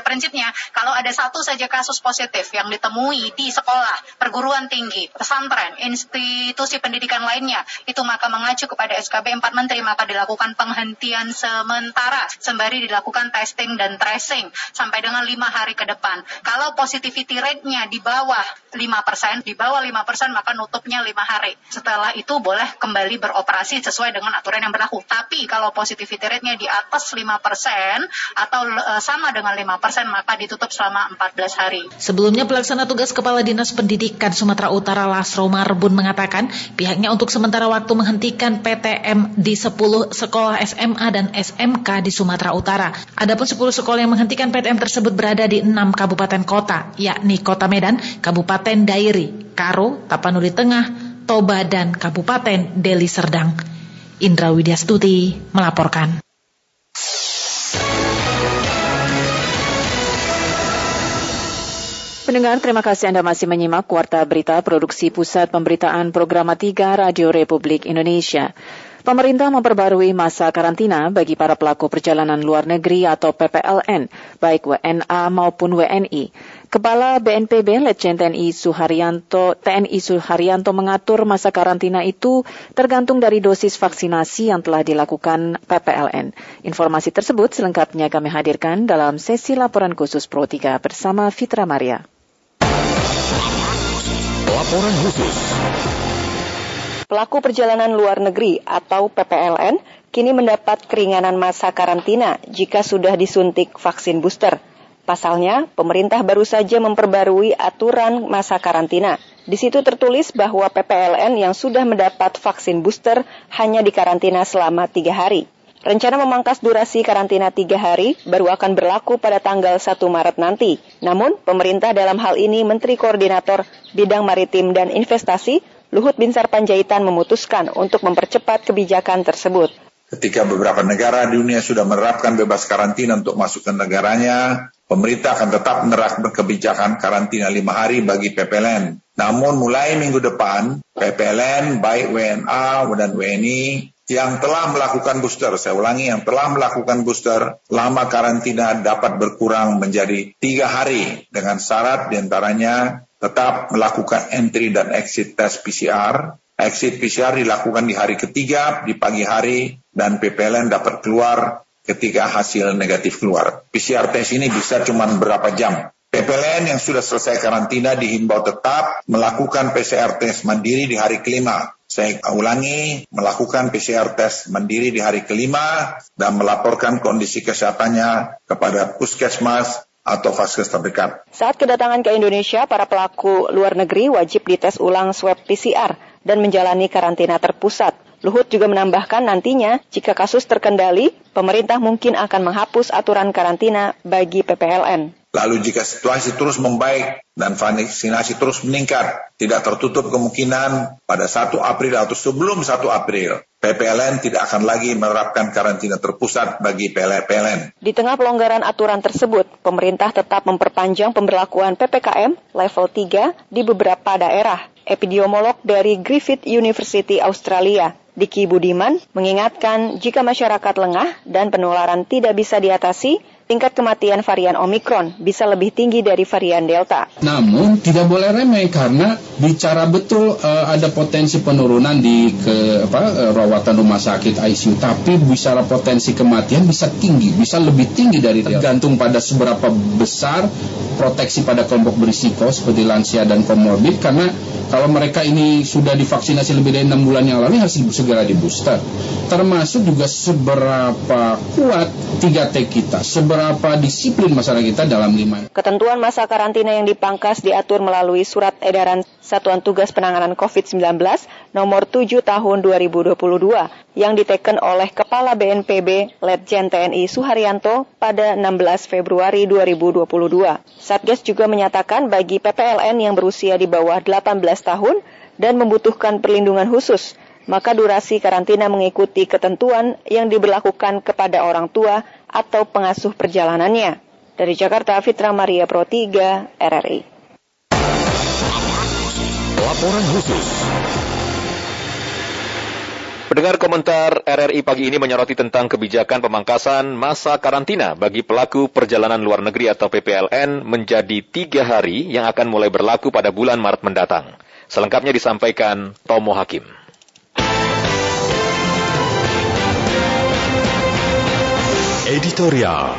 prinsipnya kalau ada satu saja kasus positif yang ditemui di sekolah, perguruan tinggi, pesantren, institusi pendidikan lainnya, itu maka mengacu kepada S K B empat Menteri, maka dilakukan penghentian sementara sembari dilakukan testing dan tracing sampai dengan lima hari ke depan. Kalau positivity rate-nya di bawah lima persen, di bawah lima persen maka nutupnya lima hari. Setelah itu boleh kembali beroperasi sesuai dengan aturan yang berlaku. Tapi kalau positivity rate-nya di atas lima persen atau e, sama dengan lima persen maka ditutup selama empat belas hari. Sebelumnya pelaksana tugas Kepala Dinas Pendidikan Sumatera Utara Lasro Marbun mengatakan pihaknya untuk sementara waktu menghentikan P T M di sepuluh sekolah S M A dan S M K di Sumatera Utara. Adapun sepuluh sekolah yang menghentikan P T M tersebut berada di enam kabupaten kota, yakni Kota Medan, Kabupaten Dairi, Karo, Tapanuli Tengah, Toba, dan Kabupaten Deli Serdang. Indra Widyastuti melaporkan. Pendengar, terima kasih Anda masih menyimak Warta Berita Produksi Pusat Pemberitaan Programa tiga Radio Republik Indonesia. Pemerintah memperbarui masa karantina bagi para pelaku perjalanan luar negeri atau P P L N, baik W N A maupun W N I. Kepala B N P B Letjen T N I Suharyanto, T N I Suharyanto mengatur masa karantina itu tergantung dari dosis vaksinasi yang telah dilakukan P P L N. Informasi tersebut selengkapnya kami hadirkan dalam sesi laporan khusus Pro tiga bersama Fitra Maria. Laporan khusus. Pelaku perjalanan luar negeri atau P P L N kini mendapat keringanan masa karantina jika sudah disuntik vaksin booster. Pasalnya, pemerintah baru saja memperbarui aturan masa karantina. Di situ tertulis bahwa P P L N yang sudah mendapat vaksin booster hanya dikarantina selama tiga hari. Rencana memangkas durasi karantina tiga hari baru akan berlaku pada tanggal satu Maret nanti. Namun, pemerintah dalam hal ini Menteri Koordinator Bidang Maritim dan Investasi Luhut Binsar Panjaitan memutuskan untuk mempercepat kebijakan tersebut. Ketika beberapa negara di dunia sudah menerapkan bebas karantina untuk masuk ke negaranya, pemerintah akan tetap menerapkan kebijakan karantina lima hari bagi P P L N. Namun mulai minggu depan, P P L N baik W N A dan W N I yang telah melakukan booster, saya ulangi, yang telah melakukan booster, lama karantina dapat berkurang menjadi tiga hari dengan syarat diantaranya tetap melakukan entry dan exit tes P C R. Exit P C R dilakukan di hari ketiga, di pagi hari, dan P P L N dapat keluar ketika hasil negatif keluar. P C R tes ini bisa cuma berapa jam. P P L N yang sudah selesai karantina dihimbau tetap melakukan P C R tes mandiri di hari kelima. Saya ulangi, melakukan P C R tes mandiri di hari kelima dan melaporkan kondisi kesehatannya kepada puskesmas atau vaskes terdekat. Saat kedatangan ke Indonesia, para pelaku luar negeri wajib dites ulang swab P C R dan menjalani karantina terpusat. Luhut juga menambahkan nantinya, jika kasus terkendali, pemerintah mungkin akan menghapus aturan karantina bagi P P L N. Lalu jika situasi terus membaik dan vaksinasi terus meningkat, tidak tertutup kemungkinan pada satu April atau sebelum satu April, P P L N tidak akan lagi menerapkan karantina terpusat bagi P P L N. Di tengah pelonggaran aturan tersebut, pemerintah tetap memperpanjang pemberlakuan P P K M level tiga di beberapa daerah. Epidemiolog dari Griffith University Australia, Diki Budiman, mengingatkan jika masyarakat lengah dan penularan tidak bisa diatasi, tingkat kematian varian Omikron bisa lebih tinggi dari varian Delta. Namun tidak boleh remeh karena bicara betul uh, ada potensi penurunan di ke apa uh, rawatan rumah sakit I C U, tapi bicara potensi kematian bisa tinggi, bisa lebih tinggi dari Delta. Tergantung pada seberapa besar proteksi pada kelompok berisiko seperti lansia dan komorbid, karena kalau mereka ini sudah divaksinasi lebih dari enam bulan yang lalu harus segera di booster. Termasuk juga seberapa kuat tiga T kita, seberapa disiplin masyarakat kita dalam lima. Ketentuan masa karantina yang dipangkas diatur melalui Surat Edaran Satuan Tugas Penanganan covid sembilan belas nomor tujuh tahun dua ribu dua puluh dua yang diteken oleh Kepala B N P B Letjen T N I Suharyanto pada enam belas Februari dua ribu dua puluh dua. Satgas juga menyatakan bagi P P L N yang berusia di bawah delapan belas tahun dan membutuhkan perlindungan khusus, maka durasi karantina mengikuti ketentuan yang diberlakukan kepada orang tua atau pengasuh perjalanannya. Dari Jakarta, Fitra Maria, Pro tiga, R R I. Laporan khusus. Pendengar, komentar R R I pagi ini menyoroti tentang kebijakan pemangkasan masa karantina bagi pelaku perjalanan luar negeri atau P P L N menjadi tiga hari yang akan mulai berlaku pada bulan Maret mendatang. Selengkapnya disampaikan Tomo Hakim. Editorial.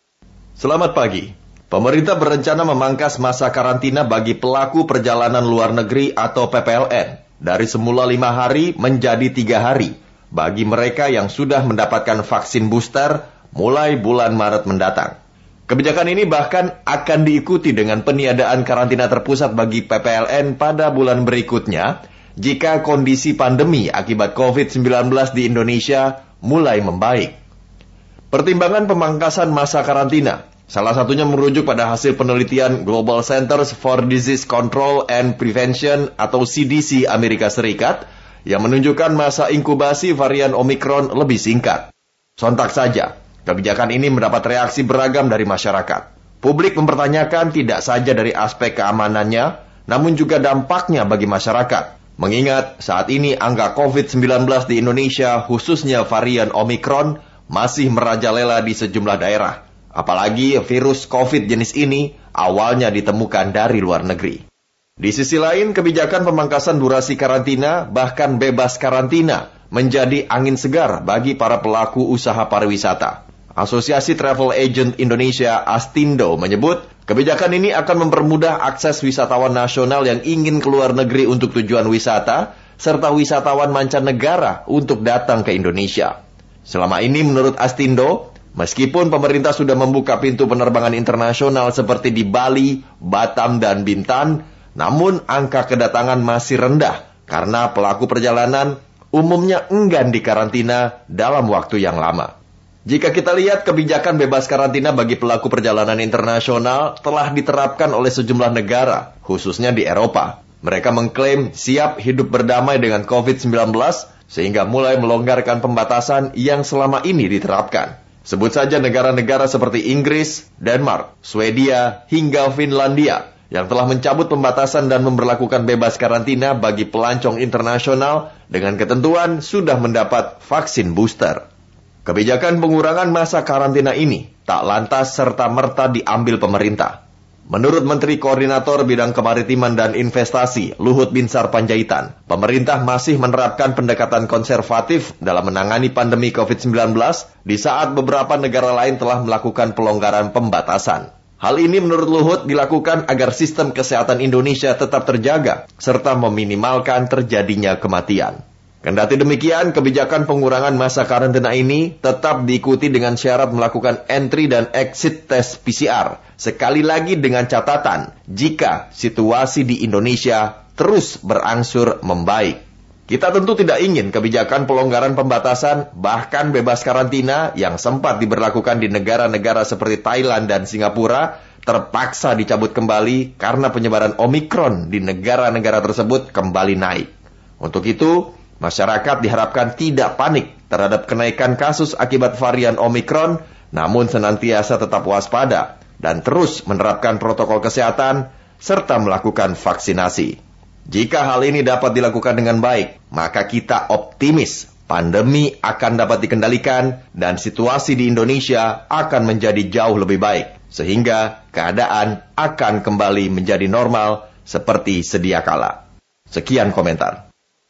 Selamat pagi. Pemerintah berencana memangkas masa karantina bagi pelaku perjalanan luar negeri atau P P L N dari semula lima hari menjadi tiga hari bagi mereka yang sudah mendapatkan vaksin booster mulai bulan Maret mendatang. Kebijakan ini bahkan akan diikuti dengan peniadaan karantina terpusat bagi P P L N pada bulan berikutnya jika kondisi pandemi akibat covid sembilan belas di Indonesia mulai membaik. Pertimbangan pemangkasan masa karantina salah satunya merujuk pada hasil penelitian Global Centers for Disease Control and Prevention atau C D C Amerika Serikat yang menunjukkan masa inkubasi varian Omicron lebih singkat. Sontak saja, kebijakan ini mendapat reaksi beragam dari masyarakat. Publik mempertanyakan tidak saja dari aspek keamanannya, namun juga dampaknya bagi masyarakat. Mengingat saat ini angka covid sembilan belas di Indonesia, khususnya varian Omicron, masih merajalela di sejumlah daerah. Apalagi virus COVID jenis ini awalnya ditemukan dari luar negeri. Di sisi lain, kebijakan pemangkasan durasi karantina, bahkan bebas karantina, menjadi angin segar bagi para pelaku usaha pariwisata. Asosiasi Travel Agent Indonesia Astindo menyebut, kebijakan ini akan mempermudah akses wisatawan nasional yang ingin keluar negeri untuk tujuan wisata, serta wisatawan mancanegara untuk datang ke Indonesia. Selama ini menurut Astindo, meskipun pemerintah sudah membuka pintu penerbangan internasional seperti di Bali, Batam, dan Bintan, namun angka kedatangan masih rendah karena pelaku perjalanan umumnya enggan dikarantina dalam waktu yang lama. Jika kita lihat kebijakan bebas karantina bagi pelaku perjalanan internasional telah diterapkan oleh sejumlah negara, khususnya di Eropa. Mereka mengklaim siap hidup berdamai dengan covid sembilan belas sehingga mulai melonggarkan pembatasan yang selama ini diterapkan. Sebut saja negara-negara seperti Inggris, Denmark, Swedia, hingga Finlandia yang telah mencabut pembatasan dan memberlakukan bebas karantina bagi pelancong internasional dengan ketentuan sudah mendapat vaksin booster. Kebijakan pengurangan masa karantina ini tak lantas serta-merta diambil pemerintah. Menurut Menteri Koordinator Bidang Kemaritiman dan Investasi, Luhut Binsar Panjaitan, pemerintah masih menerapkan pendekatan konservatif dalam menangani pandemi covid sembilan belas di saat beberapa negara lain telah melakukan pelonggaran pembatasan. Hal ini menurut Luhut dilakukan agar sistem kesehatan Indonesia tetap terjaga, serta meminimalkan terjadinya kematian. Kendati demikian, kebijakan pengurangan masa karantina ini tetap diikuti dengan syarat melakukan entry dan exit tes P C R. Sekali lagi dengan catatan, jika situasi di Indonesia terus berangsur membaik. Kita tentu tidak ingin kebijakan pelonggaran pembatasan, bahkan bebas karantina yang sempat diberlakukan di negara-negara seperti Thailand dan Singapura, terpaksa dicabut kembali karena penyebaran Omicron di negara-negara tersebut kembali naik. Untuk itu, masyarakat diharapkan tidak panik terhadap kenaikan kasus akibat varian Omicron, namun senantiasa tetap waspada dan terus menerapkan protokol kesehatan serta melakukan vaksinasi. Jika hal ini dapat dilakukan dengan baik, maka kita optimis pandemi akan dapat dikendalikan dan situasi di Indonesia akan menjadi jauh lebih baik, sehingga keadaan akan kembali menjadi normal seperti sedia kala. Sekian komentar.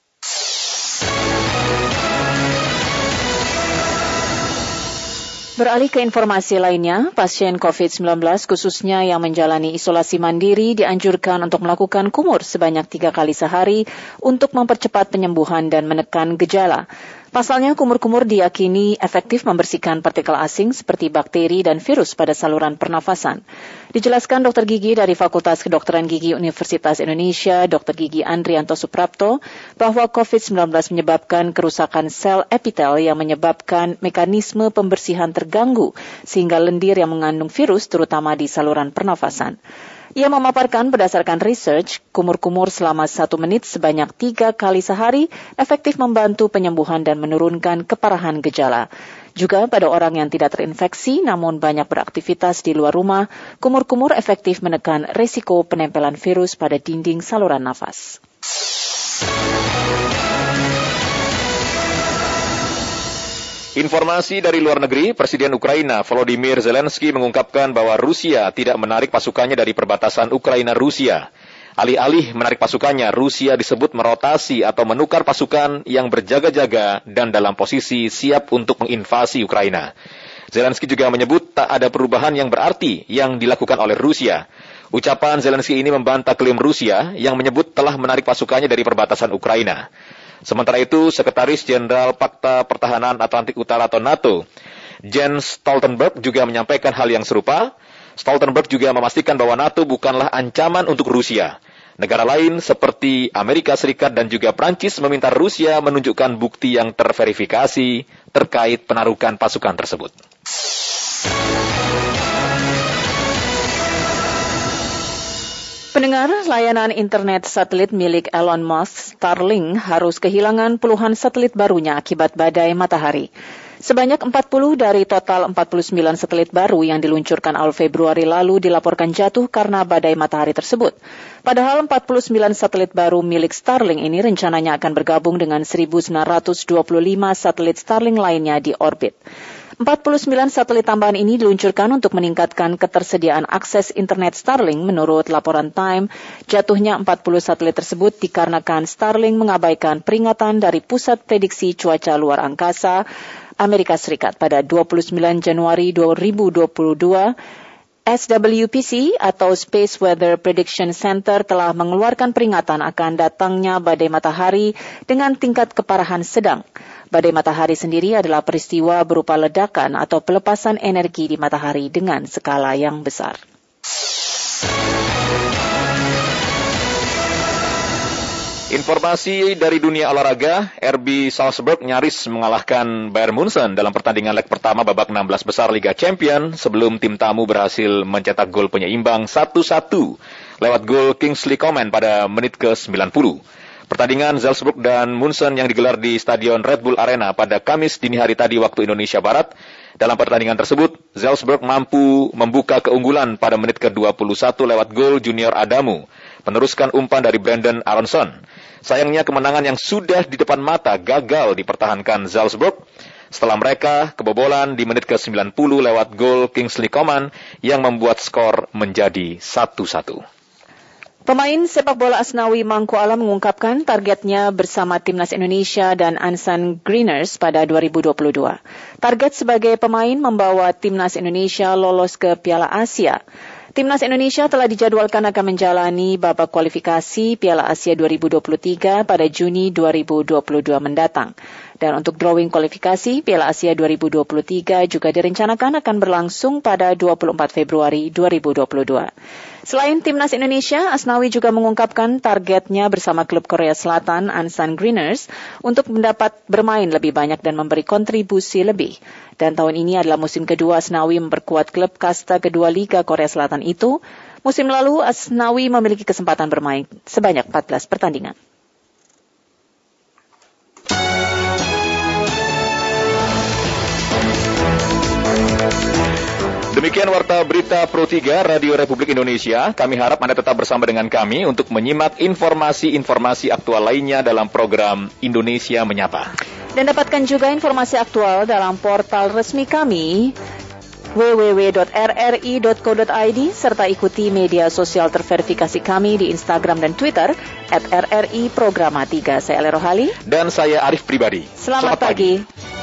Beralih ke informasi lainnya, pasien covid sembilan belas khususnya yang menjalani isolasi mandiri dianjurkan untuk melakukan kumur sebanyak tiga kali sehari untuk mempercepat penyembuhan dan menekan gejala. Pasalnya, kumur-kumur diyakini efektif membersihkan partikel asing seperti bakteri dan virus pada saluran pernafasan. Dijelaskan dokter gigi dari Fakultas Kedokteran Gigi Universitas Indonesia, dokter Gigi Andrianto Suprapto, bahwa covid sembilan belas menyebabkan kerusakan sel epitel yang menyebabkan mekanisme pembersihan terganggu, sehingga lendir yang mengandung virus terutama di saluran pernafasan. Ia memaparkan berdasarkan research, kumur-kumur selama satu menit sebanyak tiga kali sehari efektif membantu penyembuhan dan menurunkan keparahan gejala. Juga pada orang yang tidak terinfeksi namun banyak beraktivitas di luar rumah, kumur-kumur efektif menekan risiko penempelan virus pada dinding saluran nafas. Informasi dari luar negeri, Presiden Ukraina Volodymyr Zelensky mengungkapkan bahwa Rusia tidak menarik pasukannya dari perbatasan Ukraina-Rusia. Alih-alih menarik pasukannya, Rusia disebut merotasi atau menukar pasukan yang berjaga-jaga dan dalam posisi siap untuk menginvasi Ukraina. Zelensky juga menyebut tak ada perubahan yang berarti yang dilakukan oleh Rusia. Ucapan Zelensky ini membantah klaim Rusia yang menyebut telah menarik pasukannya dari perbatasan Ukraina. Sementara itu, Sekretaris Jenderal Pakta Pertahanan Atlantik Utara atau NATO, Jens Stoltenberg juga menyampaikan hal yang serupa. Stoltenberg juga memastikan bahwa NATO bukanlah ancaman untuk Rusia. Negara lain seperti Amerika Serikat dan juga Prancis meminta Rusia menunjukkan bukti yang terverifikasi terkait penarukan pasukan tersebut. Pendengar, layanan internet satelit milik Elon Musk, Starlink, harus kehilangan puluhan satelit barunya akibat badai matahari. Sebanyak empat puluh dari total empat puluh sembilan satelit baru yang diluncurkan awal Februari lalu dilaporkan jatuh karena badai matahari tersebut. Padahal empat puluh sembilan satelit baru milik Starlink ini rencananya akan bergabung dengan seribu sembilan ratus dua puluh lima satelit Starlink lainnya di orbit. empat puluh sembilan satelit tambahan ini diluncurkan untuk meningkatkan ketersediaan akses internet Starlink. Menurut laporan Time, jatuhnya empat puluh satelit tersebut dikarenakan Starlink mengabaikan peringatan dari Pusat Prediksi Cuaca Luar Angkasa Amerika Serikat pada dua puluh sembilan Januari dua ribu dua puluh dua. S W P C atau Space Weather Prediction Center telah mengeluarkan peringatan akan datangnya badai matahari dengan tingkat keparahan sedang. Badai matahari sendiri adalah peristiwa berupa ledakan atau pelepasan energi di matahari dengan skala yang besar. Informasi dari dunia olahraga, R B Salzburg nyaris mengalahkan Bayern Munchen dalam pertandingan leg pertama babak enam belas besar Liga Champions sebelum tim tamu berhasil mencetak gol penyeimbang satu satu lewat gol Kingsley Coman pada menit ke sembilan puluh. Pertandingan Salzburg dan Munchen yang digelar di Stadion Red Bull Arena pada Kamis dini hari tadi waktu Indonesia Barat. Dalam pertandingan tersebut, Salzburg mampu membuka keunggulan pada menit ke dua puluh satu lewat gol Junior Adamu, meneruskan umpan dari Brandon Aronson. Sayangnya kemenangan yang sudah di depan mata gagal dipertahankan Salzburg setelah mereka kebobolan di menit ke sembilan puluh lewat gol Kingsley Coman yang membuat skor menjadi satu satu. Pemain sepak bola Asnawi Mangku Alam mengungkapkan targetnya bersama Timnas Indonesia dan Ansan Greeners pada dua ribu dua puluh dua. Target sebagai pemain membawa Timnas Indonesia lolos ke Piala Asia. Timnas Indonesia telah dijadwalkan akan menjalani babak kualifikasi Piala Asia dua ribu dua puluh tiga pada Juni dua ribu dua puluh dua mendatang. Dan untuk drawing kualifikasi Piala Asia dua ribu dua puluh tiga juga direncanakan akan berlangsung pada dua puluh empat Februari dua ribu dua puluh dua. Selain Timnas Indonesia, Asnawi juga mengungkapkan targetnya bersama klub Korea Selatan Ansan Greeners untuk mendapat bermain lebih banyak dan memberi kontribusi lebih. Dan tahun ini adalah musim kedua Asnawi memperkuat klub kasta kedua Liga Korea Selatan itu. Musim lalu Asnawi memiliki kesempatan bermain sebanyak empat belas pertandingan. Demikian Warta Berita Pro tiga Radio Republik Indonesia. Kami harap Anda tetap bersama dengan kami untuk menyimak informasi-informasi aktual lainnya dalam program Indonesia Menyapa. Dan dapatkan juga informasi aktual dalam portal resmi kami w w w dot r r i dot co dot i d serta ikuti media sosial terverifikasi kami di Instagram dan Twitter at r r i programa tiga. Saya Ale Rohali. Dan saya Arif Pribadi. Selamat, Selamat pagi. pagi.